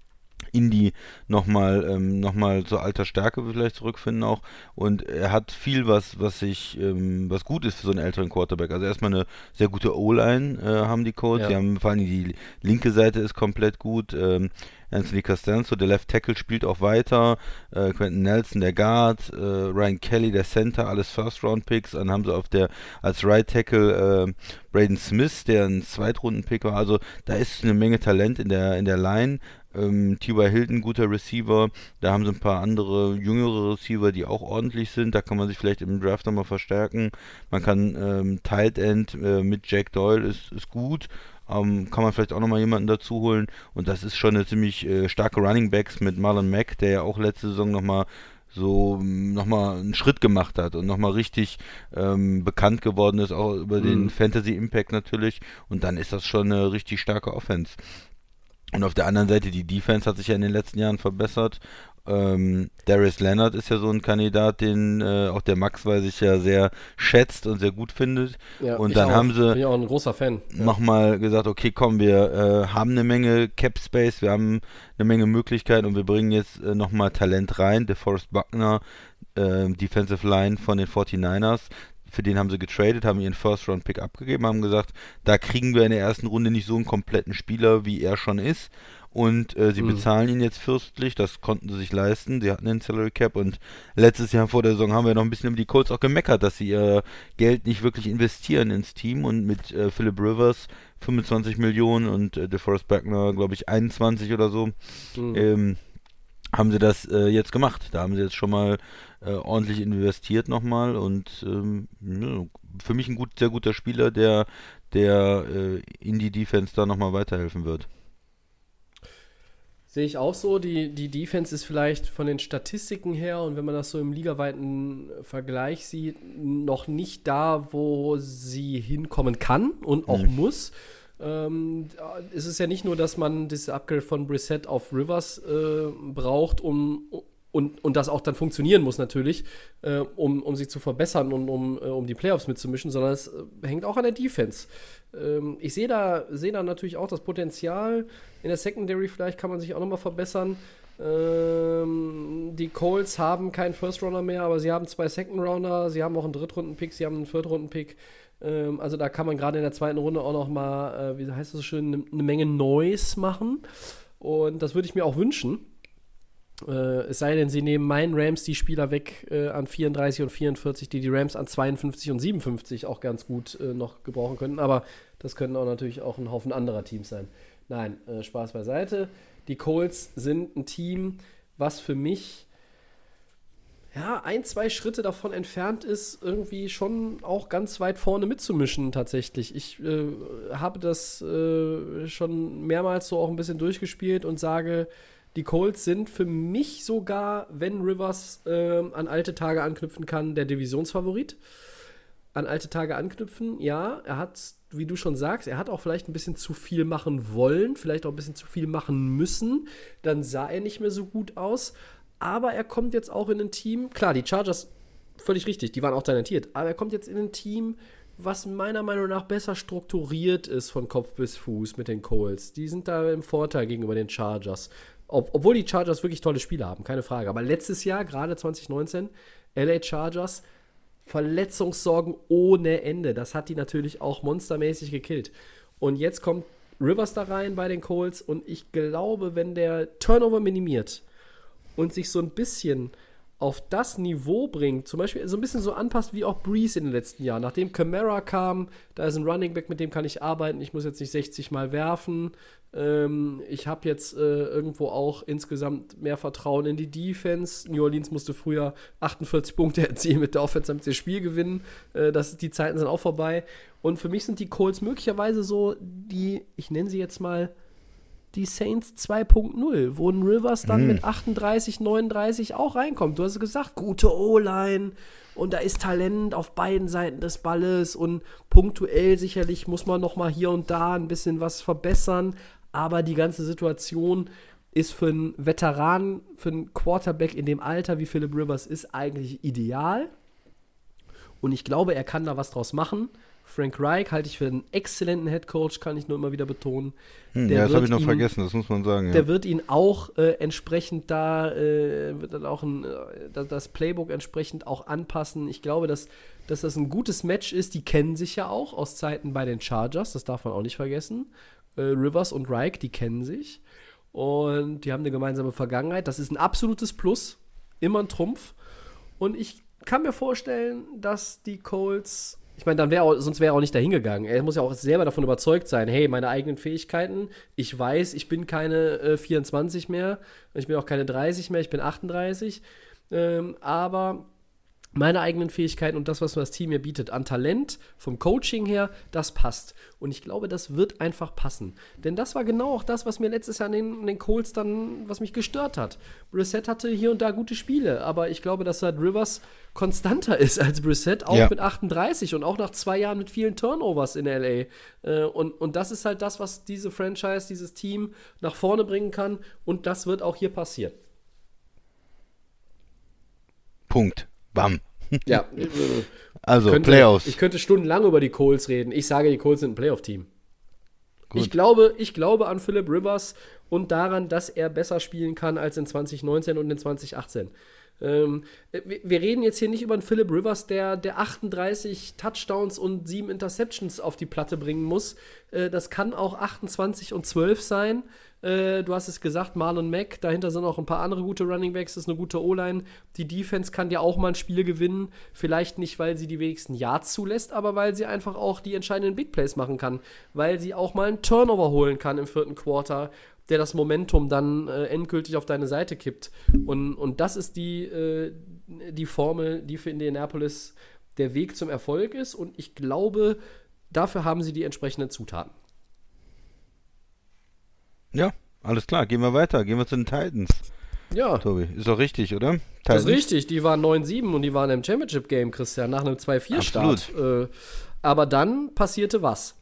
Indy nochmal zur alter Stärke vielleicht zurückfinden auch. Und er hat viel, was gut ist für so einen älteren Quarterback. Also erstmal eine sehr gute O-Line haben die Colts. Die haben vor allem die linke Seite ist komplett gut. Anthony Costanzo, der Left Tackle, spielt auch weiter. Quentin Nelson, der Guard. Ryan Kelly, der Center, alles First-Round-Picks. Dann haben sie als Right Tackle Braden Smith, der ein Zweitrunden-Pick war. Also da ist eine Menge Talent in der Line. T.Y. Hilton, guter Receiver. Da haben sie ein paar andere jüngere Receiver, die auch ordentlich sind. Da kann man sich vielleicht im Draft nochmal verstärken. Man kann Tight End mit Jack Doyle ist gut. Kann man vielleicht auch nochmal jemanden dazu holen. Und das ist schon eine ziemlich starke Running Backs mit Marlon Mack, der ja auch letzte Saison nochmal einen Schritt gemacht hat und nochmal richtig bekannt geworden ist, auch über den Fantasy Impact natürlich. Und dann ist das schon eine richtig starke Offense. Und auf der anderen Seite, die Defense hat sich ja in den letzten Jahren verbessert. Darius Leonard ist ja so ein Kandidat, den auch der Max, weiß ich, ja sehr schätzt und sehr gut findet. Ja, und dann haben sie bin auch ein großer Fan. Nochmal gesagt, okay, komm, wir haben eine Menge Cap Space, wir haben eine Menge Möglichkeiten und wir bringen jetzt nochmal Talent rein. DeForest Buckner, Defensive Line von den 49ers. Für den haben sie getradet, haben ihren First-Round-Pick abgegeben, haben gesagt, da kriegen wir in der ersten Runde nicht so einen kompletten Spieler, wie er schon ist. Und sie bezahlen ihn jetzt fürstlich, das konnten sie sich leisten. Sie hatten den Salary Cap und letztes Jahr vor der Saison haben wir noch ein bisschen über die Colts auch gemeckert, dass sie ihr Geld nicht wirklich investieren ins Team. Und mit Phillip Rivers 25 Millionen und DeForest Buckner, glaube ich, 21 oder so, haben sie das jetzt gemacht. Da haben sie jetzt schon mal ordentlich investiert nochmal und für mich ein sehr guter Spieler, der in die Defense da nochmal weiterhelfen wird. Sehe ich auch so. Die Defense ist vielleicht von den Statistiken her und wenn man das so im ligaweiten Vergleich sieht, noch nicht da, wo sie hinkommen kann und auch muss. Es ist ja nicht nur, dass man das Upgrade von Brissett auf Rivers braucht, und das auch dann funktionieren muss natürlich, um sich zu verbessern und um die Playoffs mitzumischen, sondern es hängt auch an der Defense. Ich sehe da natürlich auch das Potenzial. In der Secondary vielleicht kann man sich auch nochmal verbessern. Die Colts haben keinen First-Rounder mehr, aber sie haben 2 Second-Rounder, sie haben auch einen Drittrunden-Pick, sie haben einen Viertrunden-Pick. Also da kann man gerade in der zweiten Runde auch nochmal, wie heißt das so schön, eine Menge Noise machen. Und das würde ich mir auch wünschen. Es sei denn, sie nehmen meinen Rams die Spieler weg an 34 und 44, die Rams an 52 und 57 auch ganz gut noch gebrauchen könnten. Aber das können auch natürlich auch ein Haufen anderer Teams sein. Nein, Spaß beiseite. Die Colts sind ein Team, was für mich 1-2 Schritte davon entfernt ist, irgendwie schon auch ganz weit vorne mitzumischen tatsächlich. Ich habe das schon mehrmals so auch ein bisschen durchgespielt und sage, die Colts sind für mich sogar, wenn Rivers an alte Tage anknüpfen kann, der Divisionsfavorit. An alte Tage anknüpfen, ja, er hat, wie du schon sagst, er hat auch vielleicht ein bisschen zu viel machen wollen, vielleicht auch ein bisschen zu viel machen müssen, dann sah er nicht mehr so gut aus, aber er kommt jetzt auch in ein Team, klar, die Chargers, völlig richtig, die waren auch talentiert, aber er kommt jetzt in ein Team, was meiner Meinung nach besser strukturiert ist von Kopf bis Fuß mit den Colts. Die sind da im Vorteil gegenüber den Chargers. Obwohl die Chargers wirklich tolle Spieler haben, keine Frage. Aber letztes Jahr, gerade 2019, LA Chargers, Verletzungssorgen ohne Ende. Das hat die natürlich auch monstermäßig gekillt. Und jetzt kommt Rivers da rein bei den Colts und ich glaube, wenn der Turnover minimiert und sich so ein bisschen auf das Niveau bringt, zum Beispiel so ein bisschen so anpasst wie auch Breeze in den letzten Jahren. Nachdem Kamara kam, da ist ein Running Back, mit dem kann ich arbeiten, ich muss jetzt nicht 60 Mal werfen. Ich habe jetzt irgendwo auch insgesamt mehr Vertrauen in die Defense. New Orleans musste früher 48 Punkte erzielen mit der Offense, damit sie das Spiel gewinnen. Die Zeiten sind auch vorbei. Und für mich sind die Colts möglicherweise so die, ich nenne sie jetzt mal, die Saints 2.0, wo ein Rivers dann mit 38, 39 auch reinkommt. Du hast gesagt, gute O-Line und da ist Talent auf beiden Seiten des Balles und punktuell sicherlich muss man noch mal hier und da ein bisschen was verbessern, aber die ganze Situation ist für einen Veteran, für einen Quarterback in dem Alter, wie Phillip Rivers ist, eigentlich ideal. Und ich glaube, er kann da was draus machen. Frank Reich halte ich für einen exzellenten Headcoach, kann ich nur immer wieder betonen. Das habe ich noch vergessen, das muss man sagen. Ja. Der wird ihn auch entsprechend wird dann auch das Playbook entsprechend auch anpassen. Ich glaube, dass das ein gutes Match ist. Die kennen sich ja auch aus Zeiten bei den Chargers, das darf man auch nicht vergessen. Rivers und Reich, die kennen sich. Und die haben eine gemeinsame Vergangenheit. Das ist ein absolutes Plus, immer ein Trumpf. Und ich kann mir vorstellen, dass die Colts, ich meine, sonst wäre er auch nicht dahin gegangen. Er muss ja auch selber davon überzeugt sein, hey, meine eigenen Fähigkeiten, ich weiß, ich bin keine 24 mehr, ich bin auch keine 30 mehr, ich bin 38, aber meine eigenen Fähigkeiten und das, was das Team mir bietet, an Talent, vom Coaching her, das passt. Und ich glaube, das wird einfach passen. Denn das war genau auch das, was mir letztes Jahr in den Colts dann, was mich gestört hat. Brissett hatte hier und da gute Spiele, aber ich glaube, dass halt Rivers konstanter ist als Brissett, auch mit 38 und auch nach 2 Jahren mit vielen Turnovers in L.A. Und das ist halt das, was diese Franchise, dieses Team nach vorne bringen kann und das wird auch hier passieren. Punkt. Bam. Ja. Also, Playoffs. Ich könnte stundenlang über die Colts reden. Ich sage, die Colts sind ein Playoff-Team. Ich glaube an Philip Rivers und daran, dass er besser spielen kann als in 2019 und in 2018. Wir reden jetzt hier nicht über einen Philip Rivers, der 38 Touchdowns und 7 Interceptions auf die Platte bringen muss. Das kann auch 28 und 12 sein. Du hast es gesagt, Marlon Mack, dahinter sind auch ein paar andere gute Running Backs, das ist eine gute O-Line. Die Defense kann ja auch mal ein Spiel gewinnen, vielleicht nicht, weil sie die wenigsten Yards zulässt, aber weil sie einfach auch die entscheidenden Big Plays machen kann, weil sie auch mal einen Turnover holen kann im 4. Quarter, der das Momentum dann endgültig auf deine Seite kippt. Und das ist die Formel, die für Indianapolis der Weg zum Erfolg ist und ich glaube, dafür haben sie die entsprechenden Zutaten. Ja, alles klar. Gehen wir weiter. Gehen wir zu den Titans. Ja. Tobi, ist doch richtig, oder? Titans? Das ist richtig. Die waren 9-7 und die waren im Championship-Game, Christian, nach einem 2-4-Start. Aber dann passierte was?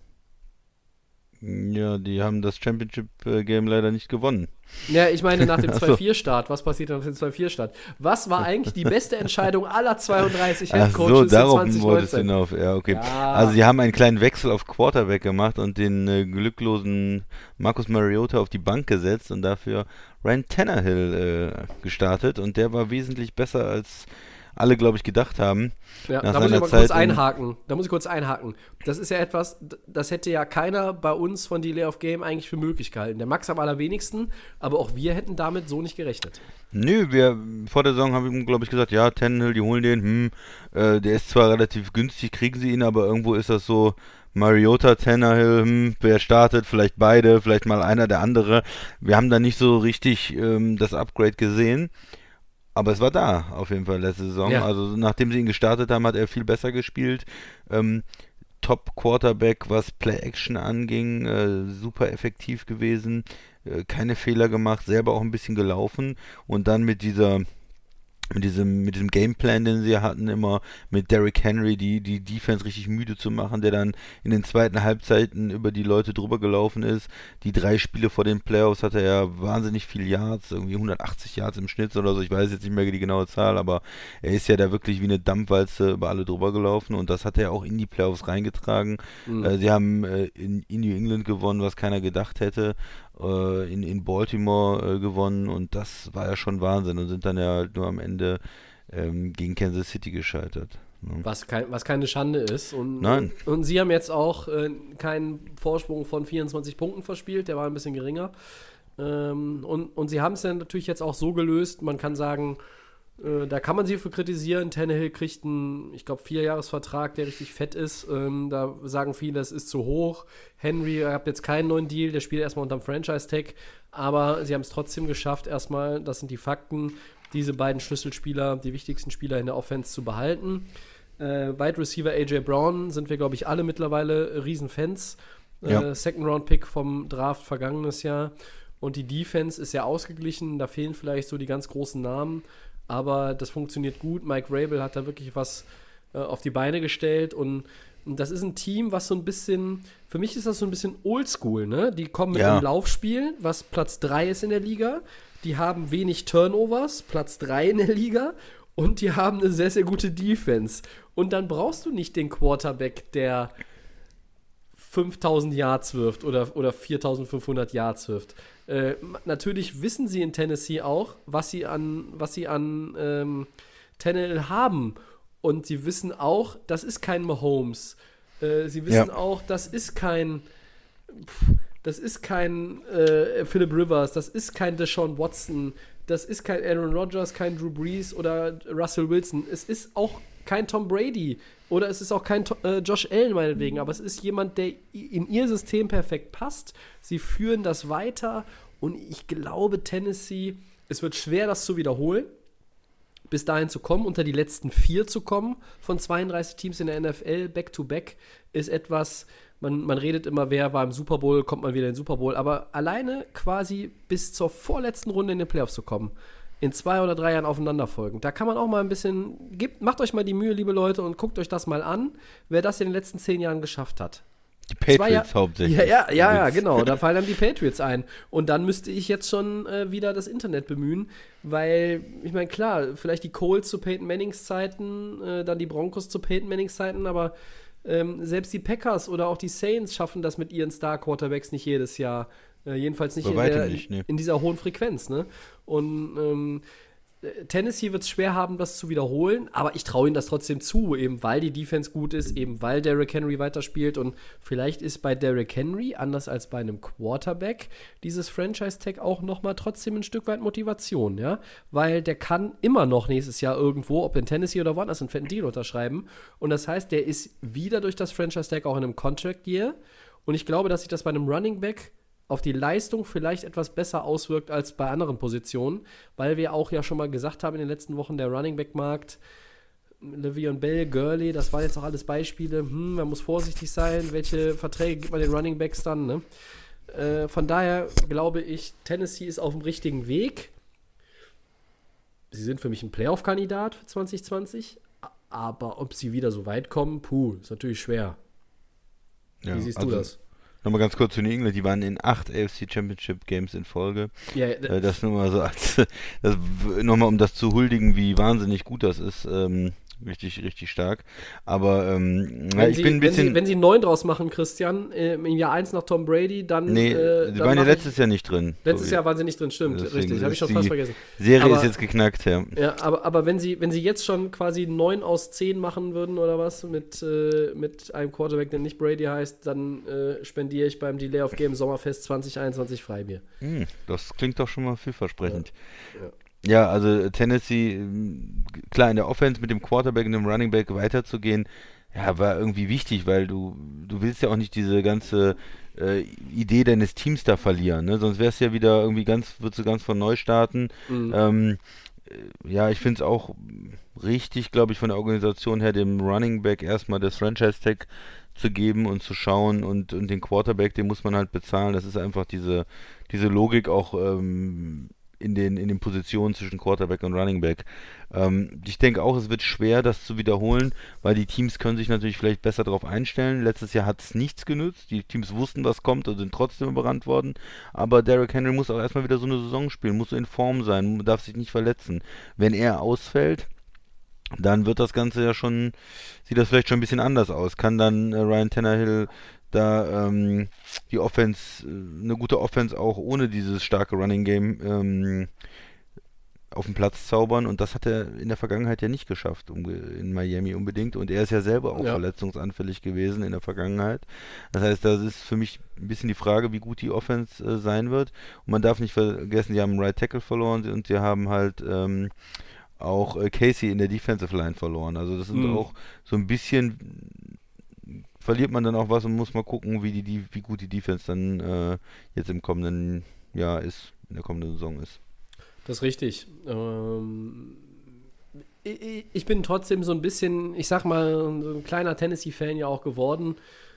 Ja, die haben das Championship-Game leider nicht gewonnen. Ja, ich meine nach dem 2-4-Start. Was passiert nach dem 2-4-Start? Was war eigentlich die beste Entscheidung aller 32 Headcoaches in 2019? Wolltest du hinauf. Ja, okay. Ja. Also sie haben einen kleinen Wechsel auf Quarterback gemacht und den glücklosen Marcus Mariota auf die Bank gesetzt und dafür Ryan Tannehill gestartet und der war wesentlich besser als alle, glaube ich, gedacht haben. Ja, da muss ich aber kurz einhaken. Das ist ja etwas, das hätte ja keiner bei uns von Delay of Game eigentlich für möglich gehalten. Der Max am allerwenigsten, aber auch wir hätten damit so nicht gerechnet. Nö, vor der Saison haben wir, glaube ich, gesagt, ja, Tannehill, die holen den, der ist zwar relativ günstig, kriegen sie ihn, aber irgendwo ist das so, Mariota, Tannehill, wer startet, vielleicht beide, vielleicht mal einer, der andere. Wir haben da nicht so richtig das Upgrade gesehen. Aber es war da, auf jeden Fall, letzte Saison. Ja. Also nachdem sie ihn gestartet haben, hat er viel besser gespielt. Top-Quarterback, was Play-Action anging, super effektiv gewesen, keine Fehler gemacht, selber auch ein bisschen gelaufen. Und dann mit diesem Gameplan, den sie hatten, immer mit Derrick Henry die Defense richtig müde zu machen, der dann in den zweiten Halbzeiten über die Leute drüber gelaufen ist. Die 3 Spiele vor den Playoffs hatte er wahnsinnig viel Yards, irgendwie 180 Yards im Schnitt oder so, ich weiß jetzt nicht mehr die genaue Zahl, aber er ist ja da wirklich wie eine Dampfwalze über alle drüber gelaufen und das hat er auch in die Playoffs reingetragen. Sie haben in New England gewonnen, was keiner gedacht hätte. In Baltimore gewonnen und das war ja schon Wahnsinn und sind dann ja nur am Ende gegen Kansas City gescheitert. Ne? Was keine Schande ist. Nein. Und sie haben jetzt auch keinen Vorsprung von 24 Punkten verspielt, der war ein bisschen geringer. Und sie haben es dann natürlich jetzt auch so gelöst, man kann sagen, da kann man sie für kritisieren. Tannehill kriegt einen, ich glaube, 4-Jahres-Vertrag, der richtig fett ist. Da sagen viele, das ist zu hoch. Henry hat jetzt keinen neuen Deal, der spielt erstmal unterm Franchise-Tag. Aber sie haben es trotzdem geschafft, erstmal, das sind die Fakten, diese beiden Schlüsselspieler, die wichtigsten Spieler in der Offense zu behalten. Wide Receiver A.J. Brown sind wir, glaube ich, alle mittlerweile Riesenfans. Ja. Second-Round-Pick vom Draft vergangenes Jahr. Und die Defense ist ja ausgeglichen, da fehlen vielleicht so die ganz großen Namen. Aber das funktioniert gut. Mike Vrabel hat da wirklich was auf die Beine gestellt. Und das ist ein Team, was so ein bisschen, für mich ist das so ein bisschen oldschool, ne? Die kommen mit einem Laufspiel, was Platz 3 ist in der Liga. Die haben wenig Turnovers, Platz 3 in der Liga. Und die haben eine sehr, sehr gute Defense. Und dann brauchst du nicht den Quarterback, der 5.000 Yards wirft oder 4.500 Yards wirft. Natürlich wissen sie in Tennessee auch, was sie an Tannehill haben. Und sie wissen auch, das ist kein Mahomes. Sie wissen auch, das ist kein Phillip Rivers, das ist kein Deshaun Watson, das ist kein Aaron Rodgers, kein Drew Brees oder Russell Wilson. Es ist auch kein Tom Brady oder es ist auch kein Josh Allen meinetwegen, aber es ist jemand, der in ihr System perfekt passt. Sie führen das weiter und ich glaube, Tennessee, es wird schwer, das zu wiederholen, bis dahin zu kommen, unter die letzten 4 zu kommen von 32 Teams in der NFL, Back-to-Back, ist etwas, man redet immer, wer war im Super Bowl, kommt man wieder in den Super Bowl, aber alleine quasi bis zur vorletzten Runde in den Playoffs zu kommen, in 2 oder 3 Jahren aufeinanderfolgend, da kann man auch mal ein bisschen, macht euch mal die Mühe, liebe Leute, und guckt euch das mal an, wer das in den letzten 10 Jahren geschafft hat. Die Patriots hauptsächlich. Ja, genau. Da fallen dann die Patriots ein. Und dann müsste ich jetzt schon wieder das Internet bemühen, weil, ich meine, klar, vielleicht die Colts zu Peyton Mannings Zeiten, dann die Broncos zu Peyton Mannings Zeiten, aber selbst die Packers oder auch die Saints schaffen das mit ihren Star-Quarterbacks nicht jedes Jahr. Jedenfalls nicht in dieser hohen Frequenz. Ne? Und Tennessee wird es schwer haben, das zu wiederholen, aber ich traue ihnen das trotzdem zu, eben weil die Defense gut ist, eben weil Derrick Henry weiterspielt und vielleicht ist bei Derrick Henry, anders als bei einem Quarterback, dieses Franchise-Tag auch nochmal trotzdem ein Stück weit Motivation, ja, weil der kann immer noch nächstes Jahr irgendwo, ob in Tennessee oder woanders, einen fetten Deal unterschreiben und das heißt, der ist wieder durch das Franchise-Tag auch in einem Contract-Year und ich glaube, dass sich das bei einem Running Back auf die Leistung vielleicht etwas besser auswirkt als bei anderen Positionen, weil wir auch ja schon mal gesagt haben in den letzten Wochen, der Running-Back-Markt, Le'Veon Bell, Gurley, das waren jetzt auch alles Beispiele, man muss vorsichtig sein, welche Verträge gibt man den Running-Backs dann, ne? Von daher glaube ich, Tennessee ist auf dem richtigen Weg. Sie sind für mich ein Playoff-Kandidat für 2020, aber ob sie wieder so weit kommen, ist natürlich schwer. Ja, wie siehst du das? Nochmal ganz kurz zu New England, die waren in 8 AFC Championship Games in Folge. Ja, das nur mal so nochmal um das zu huldigen, wie wahnsinnig gut das ist. Richtig, richtig stark. Aber ich bin ein bisschen... Wenn sie 9 draus machen, Christian, im Jahr 1 nach Tom Brady, dann... Nee, sie waren ja letztes Jahr nicht drin. Letztes Jahr waren sie nicht drin, stimmt. Deswegen richtig, habe ich schon fast vergessen. Serie ist jetzt geknackt, ja. Ja, aber wenn sie jetzt schon quasi 9 aus 10 machen würden oder was, mit einem Quarterback, der nicht Brady heißt, dann spendiere ich beim Delay of Game Sommerfest 2021 Freibier. Das klingt doch schon mal vielversprechend. Ja. Ja, also Tennessee, klar, in der Offense mit dem Quarterback und dem Running Back weiterzugehen, ja, war irgendwie wichtig, weil du willst ja auch nicht diese ganze Idee deines Teams da verlieren, ne? Sonst wär's ja wieder irgendwie würdest du ganz von neu starten. Ja, ich finde es auch richtig, glaube ich, von der Organisation her, dem Running Back erstmal das Franchise-Tag zu geben und zu schauen und den Quarterback, den muss man halt bezahlen. Das ist einfach diese Logik auch in den Positionen zwischen Quarterback und Running Back. Ich denke auch, es wird schwer, das zu wiederholen, weil die Teams können sich natürlich vielleicht besser darauf einstellen. Letztes Jahr hat es nichts genützt. Die Teams wussten, was kommt und sind trotzdem überrannt worden. Aber Derrick Henry muss auch erstmal wieder so eine Saison spielen, muss so in Form sein, darf sich nicht verletzen. Wenn er ausfällt, dann wird das Ganze ja schon, sieht das vielleicht schon ein bisschen anders aus. Kann dann Ryan Tannehill da die Offense, eine gute Offense auch ohne dieses starke Running Game auf den Platz zaubern und das hat er in der Vergangenheit ja nicht geschafft in Miami unbedingt und er ist ja selber auch verletzungsanfällig gewesen in der Vergangenheit. Das heißt, das ist für mich ein bisschen die Frage, wie gut die Offense sein wird und man darf nicht vergessen, sie haben einen Right Tackle verloren und sie haben halt auch Casey in der Defensive Line verloren. Also das sind auch so ein bisschen verliert man dann auch was und muss mal gucken, wie gut die Defense dann jetzt im kommenden Jahr ist, in der kommenden Saison ist. Das ist richtig. Ich bin trotzdem so ein bisschen, ich sag mal, so ein kleiner Tennessee-Fan ja auch geworden.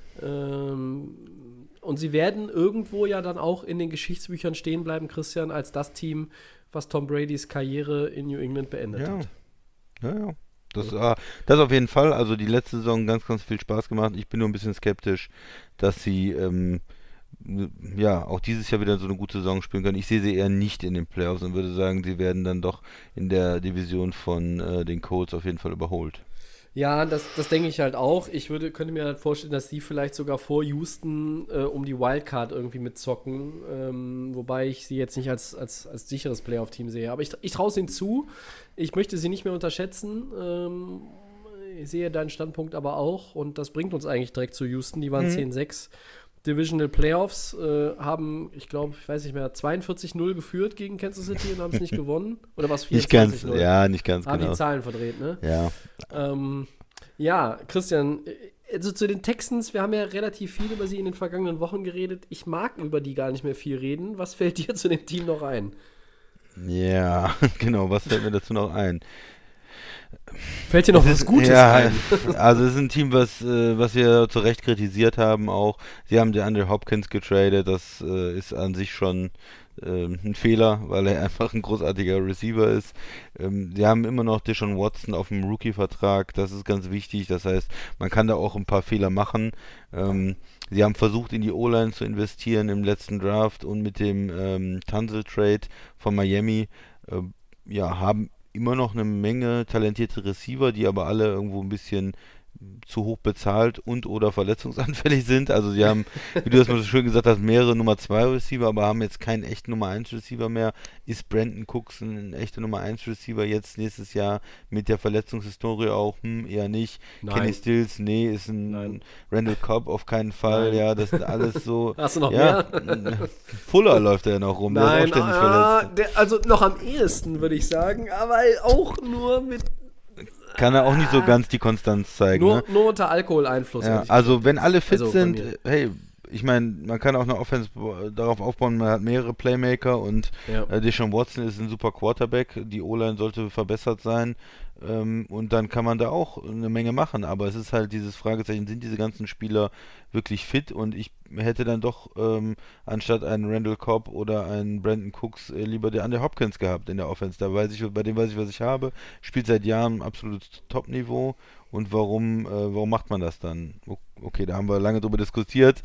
Und sie werden irgendwo ja dann auch in den Geschichtsbüchern stehen bleiben, Christian, als das Team, was Tom Bradys Karriere in New England beendet hat. Ja. Das auf jeden Fall. Also die letzte Saison ganz, ganz viel Spaß gemacht. Ich bin nur ein bisschen skeptisch, dass sie auch dieses Jahr wieder so eine gute Saison spielen können. Ich sehe sie eher nicht in den Playoffs und würde sagen, sie werden dann doch in der Division von den Colts auf jeden Fall überholt. Ja, das denke ich halt auch. Könnte mir halt vorstellen, dass sie vielleicht sogar vor Houston um die Wildcard irgendwie mitzocken, wobei ich sie jetzt nicht als sicheres Playoff-Team sehe. Aber ich traue es ihnen zu. Ich möchte sie nicht mehr unterschätzen. Ich sehe deinen Standpunkt aber auch und das bringt uns eigentlich direkt zu Houston. Die waren 10-6. Divisional Playoffs haben, ich weiß nicht mehr, 42-0 geführt gegen Kansas City und haben es nicht gewonnen. Oder was? 24-0? Nicht ganz haben genau. Die Zahlen verdreht, ne? Ja. Ja, Christian, also zu den Texans, wir haben ja relativ viel über sie in den vergangenen Wochen geredet. Ich mag über die gar nicht mehr viel reden. Was fällt dir zu dem Team noch ein? Ja, genau, was fällt mir dazu noch ein? Fällt dir noch was Gutes ein? Also es ist ein Team, was wir zu Recht kritisiert haben auch. Sie haben DeAndre Hopkins getradet, das ist an sich schon ein Fehler, weil er einfach ein großartiger Receiver ist. Sie haben immer noch Deshaun Watson auf dem Rookie-Vertrag, das ist ganz wichtig, das heißt, man kann da auch ein paar Fehler machen. Sie haben versucht, in die O-Line zu investieren im letzten Draft und mit dem Tunsil-Trade von Miami, haben immer noch eine Menge talentierte Receiver, die aber alle irgendwo ein bisschen zu hoch bezahlt und oder verletzungsanfällig sind. Also sie haben, wie du das mal so schön gesagt hast, mehrere Nummer 2 Receiver, aber haben jetzt keinen echten Nummer 1 Receiver mehr. Ist Brandon Cooks ein echter Nummer 1 Receiver jetzt nächstes Jahr mit der Verletzungshistorie auch? Eher nicht. Nein. Kenny Stills, nee, ist ein Nein. Randall Cobb auf keinen Fall. Nein. Ja, das sind alles so. Hast du noch mehr? Fuller läuft ja noch rum, der ist auch ständig verletzt. Also noch am ehesten, würde ich sagen, aber auch nur mit kann er auch nicht so ganz die Konstanz zeigen. Nur unter Alkoholeinfluss. Ja, also wenn alle fit also sind, hey, ich meine, man kann auch eine Offense darauf aufbauen, man hat mehrere Playmaker und Deshaun Watson ist ein super Quarterback, die O-Line sollte verbessert sein und dann kann man da auch eine Menge machen, aber es ist halt dieses Fragezeichen, sind diese ganzen Spieler wirklich fit und ich hätte dann doch anstatt einen Randall Cobb oder einen Brandon Cooks lieber DeAndre Hopkins gehabt in der Offense, bei dem weiß ich, was ich habe, spielt seit Jahren absolutes Top-Niveau. Und warum macht man das dann? Okay, da haben wir lange drüber diskutiert.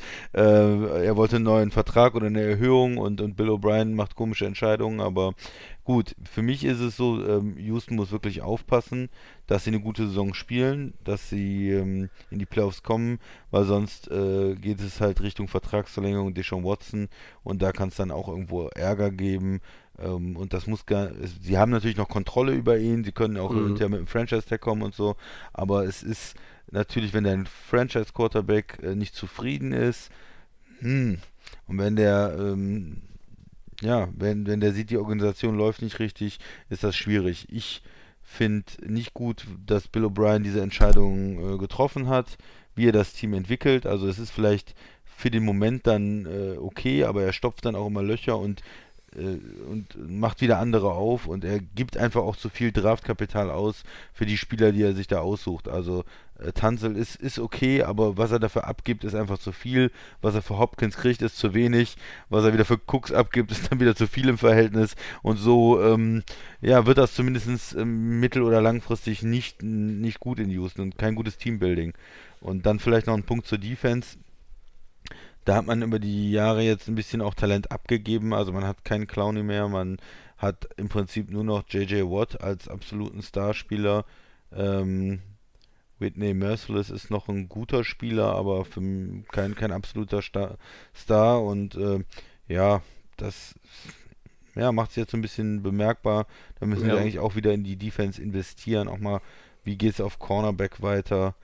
Er wollte einen neuen Vertrag oder eine Erhöhung und Bill O'Brien macht komische Entscheidungen, aber gut, für mich ist es so, Houston muss wirklich aufpassen, dass sie eine gute Saison spielen, dass sie in die Playoffs kommen, weil sonst geht es halt Richtung Vertragsverlängerung Deshaun Watson und da kann es dann auch irgendwo Ärger geben. Und das sie haben natürlich noch Kontrolle über ihn, sie können auch hinterher mit dem Franchise-Tag kommen und so, aber es ist natürlich, wenn dein Franchise-Quarterback nicht zufrieden ist, und wenn der, wenn der sieht, die Organisation läuft nicht richtig, ist das schwierig. Ich finde nicht gut, dass Bill O'Brien diese Entscheidung getroffen hat, wie er das Team entwickelt, also es ist vielleicht für den Moment dann okay, aber er stopft dann auch immer Löcher und macht wieder andere auf und er gibt einfach auch zu viel Draftkapital aus für die Spieler, die er sich da aussucht. Also Tunsil ist okay, aber was er dafür abgibt, ist einfach zu viel. Was er für Hopkins kriegt, ist zu wenig. Was er wieder für Cooks abgibt, ist dann wieder zu viel im Verhältnis. Und so wird das zumindest mittel- oder langfristig nicht gut in Houston und kein gutes Teambuilding. Und dann vielleicht noch ein Punkt zur Defense. Da hat man über die Jahre jetzt ein bisschen auch Talent abgegeben, also man hat keinen Clowney mehr, man hat im Prinzip nur noch J.J. Watt als absoluten Starspieler. Whitney Merciless ist noch ein guter Spieler, aber kein absoluter Star und das macht es jetzt so ein bisschen bemerkbar. Da müssen wir eigentlich auch wieder in die Defense investieren, auch mal, wie geht es auf Cornerback weiter,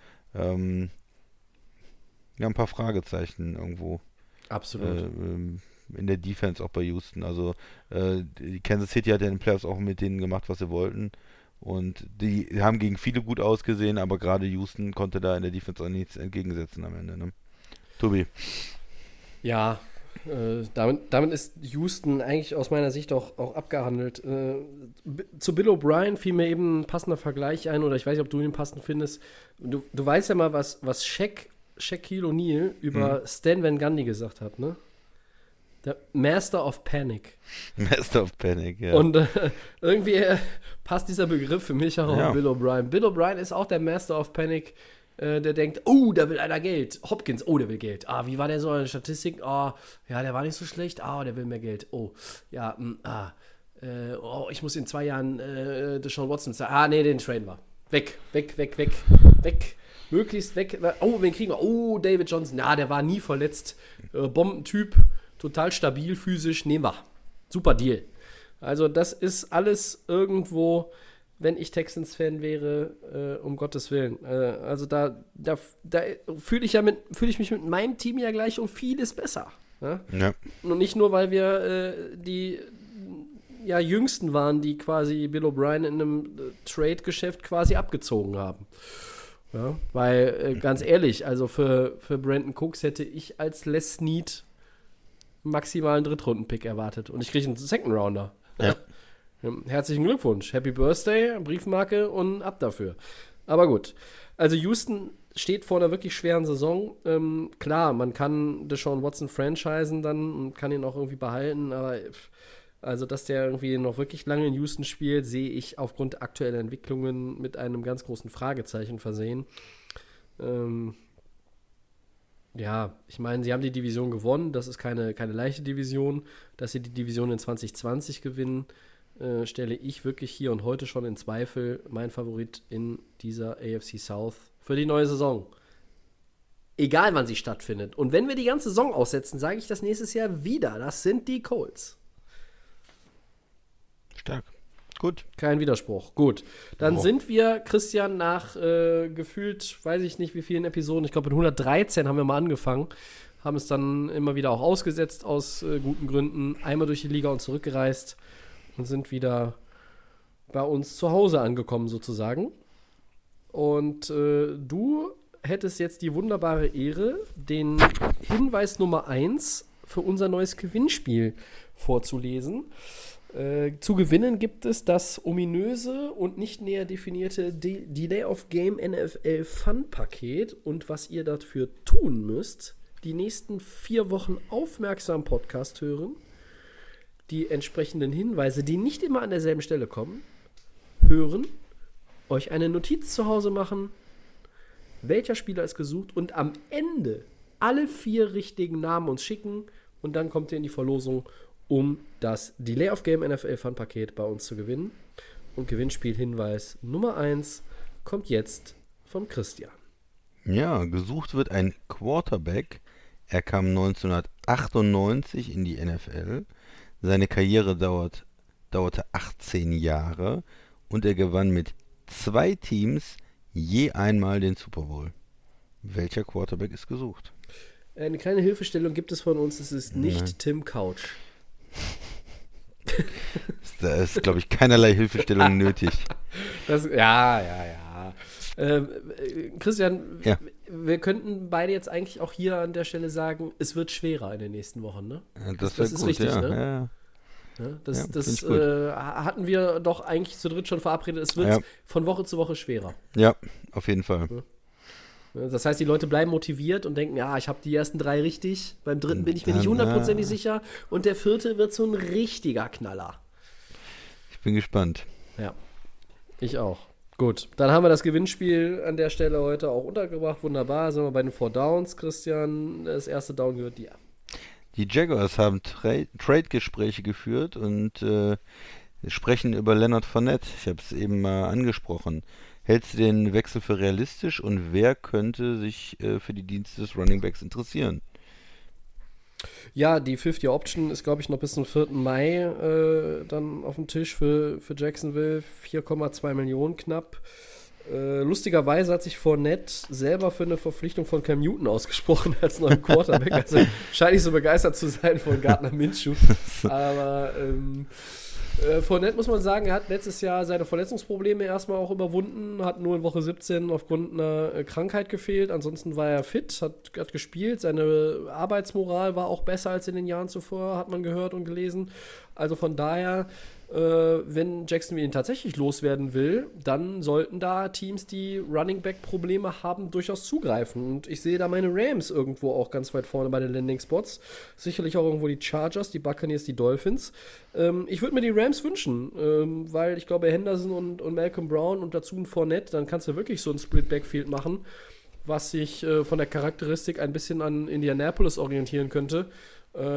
ein paar Fragezeichen irgendwo. Absolut. In der Defense auch bei Houston. Also die Kansas City hat ja in den Playoffs auch mit denen gemacht, was sie wollten. Und die haben gegen viele gut ausgesehen, aber gerade Houston konnte da in der Defense auch nichts entgegensetzen am Ende. Ne? Tobi. Ja, damit ist Houston eigentlich aus meiner Sicht auch abgehandelt. Zu Bill O'Brien fiel mir eben ein passender Vergleich ein, oder ich weiß nicht, ob du ihn passend findest. Du weißt ja mal, was Shaquille O'Neal über Stan Van Gundy gesagt hat, ne? Der Master of Panic. Master of Panic, ja. Und irgendwie passt dieser Begriff für mich auch auf Bill O'Brien. Bill O'Brien ist auch der Master of Panic, der denkt, oh, da will einer Geld. Hopkins, oh, der will Geld. Ah, wie war der so in der Statistik? Ah, ja, der war nicht so schlecht. Ah, der will mehr Geld. Oh, ja, ich muss in 2 Jahren Deshaun Watson sagen. Ah, nee, den traden wir. Weg. Möglichst weg. Oh, wen kriegen wir? Oh, David Johnson. Ja, der war nie verletzt. Bombentyp, total stabil physisch. Nehmen wir. Super Deal. Also das ist alles irgendwo, wenn ich Texans-Fan wäre, um Gottes Willen. Also da fühle ich mich mit meinem Team ja gleich um vieles besser. Ja? Ja. Und nicht nur, weil wir die Jüngsten waren, die quasi Bill O'Brien in einem Trade-Geschäft quasi abgezogen haben. Ja? Weil, ganz ehrlich, also für Brandon Cooks hätte ich als Les Snead maximalen Drittrunden-Pick erwartet. Und ich kriege einen Second-Rounder. Ja. Herzlichen Glückwunsch. Happy Birthday, Briefmarke und ab dafür. Aber gut. Also Houston steht vor einer wirklich schweren Saison. Klar, man kann Deshaun Watson franchisen dann und kann ihn auch irgendwie behalten, aber also, dass der irgendwie noch wirklich lange in Houston spielt, sehe ich aufgrund aktueller Entwicklungen mit einem ganz großen Fragezeichen versehen. Ja, ich meine, sie haben die Division gewonnen. Das ist keine leichte Division. Dass sie die Division in 2020 gewinnen, stelle ich wirklich hier und heute schon in Zweifel. Mein Favorit in dieser AFC South für die neue Saison. Egal, wann sie stattfindet. Und wenn wir die ganze Saison aussetzen, sage ich das nächstes Jahr wieder. Das sind die Colts. Stark. Gut. Kein Widerspruch. Gut. Dann sind wir, Christian, nach gefühlt, weiß ich nicht wie vielen Episoden, ich glaube in 113 haben wir mal angefangen, haben es dann immer wieder auch ausgesetzt aus guten Gründen, einmal durch die Liga und zurückgereist und sind wieder bei uns zu Hause angekommen sozusagen. Und du hättest jetzt die wunderbare Ehre, den Hinweis Nummer 1 für unser neues Gewinnspiel vorzulesen. Zu gewinnen gibt es das ominöse und nicht näher definierte Delay of Game NFL Fun Paket. Und was ihr dafür tun müsst, die nächsten 4 Wochen aufmerksam Podcast hören, die entsprechenden Hinweise, die nicht immer an derselben Stelle kommen, hören, euch eine Notiz zu Hause machen, welcher Spieler ist gesucht und am Ende alle 4 richtigen Namen uns schicken und dann kommt ihr in die Verlosung, um das Delay of Game NFL Fun Paket bei uns zu gewinnen. Und Gewinnspielhinweis Nummer 1 kommt jetzt von Christian. Ja, gesucht wird ein Quarterback. Er kam 1998 in die NFL. Seine Karriere dauerte 18 Jahre und er gewann mit 2 Teams je einmal den Super Bowl. Welcher Quarterback ist gesucht? Eine kleine Hilfestellung gibt es von uns. Es ist nicht Tim Couch. Da ist, glaube ich, keinerlei Hilfestellung nötig. Christian, wir könnten beide jetzt eigentlich auch hier an der Stelle sagen, es wird schwerer in den nächsten Wochen, ne? Ja, das ist gut, richtig, ne? Ja, das hatten wir doch eigentlich zu dritt schon verabredet. Es wird von Woche zu Woche schwerer. Ja, auf jeden Fall. Ja. Das heißt, die Leute bleiben motiviert und denken, ja, ich habe die ersten 3 richtig, beim dritten bin ich mir nicht 100% sicher und der 4. wird so ein richtiger Knaller. Ich bin gespannt. Ja, ich auch. Gut, dann haben wir das Gewinnspiel an der Stelle heute auch untergebracht. Wunderbar, sind wir bei den 4 Downs, Christian. Das erste Down gehört dir. Die Jaguars haben Trade-Gespräche geführt und sprechen über Leonard Fournette. Ich habe es eben mal angesprochen. Hältst du den Wechsel für realistisch und wer könnte sich für die Dienste des Running Backs interessieren? Ja, die 50-Option ist, glaube ich, noch bis zum 4. Mai dann auf dem Tisch für Jacksonville. 4,2 Millionen knapp. Lustigerweise hat sich Fournette selber für eine Verpflichtung von Cam Newton ausgesprochen als neuen Quarterback. Also scheint nicht so begeistert zu sein von Gardner Minshew. Aber Fournette, muss man sagen, er hat letztes Jahr seine Verletzungsprobleme erstmal auch überwunden, hat nur in Woche 17 aufgrund einer Krankheit gefehlt, ansonsten war er fit, hat gespielt, seine Arbeitsmoral war auch besser als in den Jahren zuvor, hat man gehört und gelesen. Also von daher, wenn Jacksonville ihn tatsächlich loswerden will, dann sollten da Teams, die Running-Back-Probleme haben, durchaus zugreifen. Und ich sehe da meine Rams irgendwo auch ganz weit vorne bei den Landing-Spots. Sicherlich auch irgendwo die Chargers, die Buccaneers, die Dolphins. Ich würde mir die Rams wünschen, weil ich glaube, Henderson und Malcolm Brown und dazu ein Fournette, dann kannst du wirklich so ein Split-Backfield machen, was sich von der Charakteristik ein bisschen an Indianapolis orientieren könnte.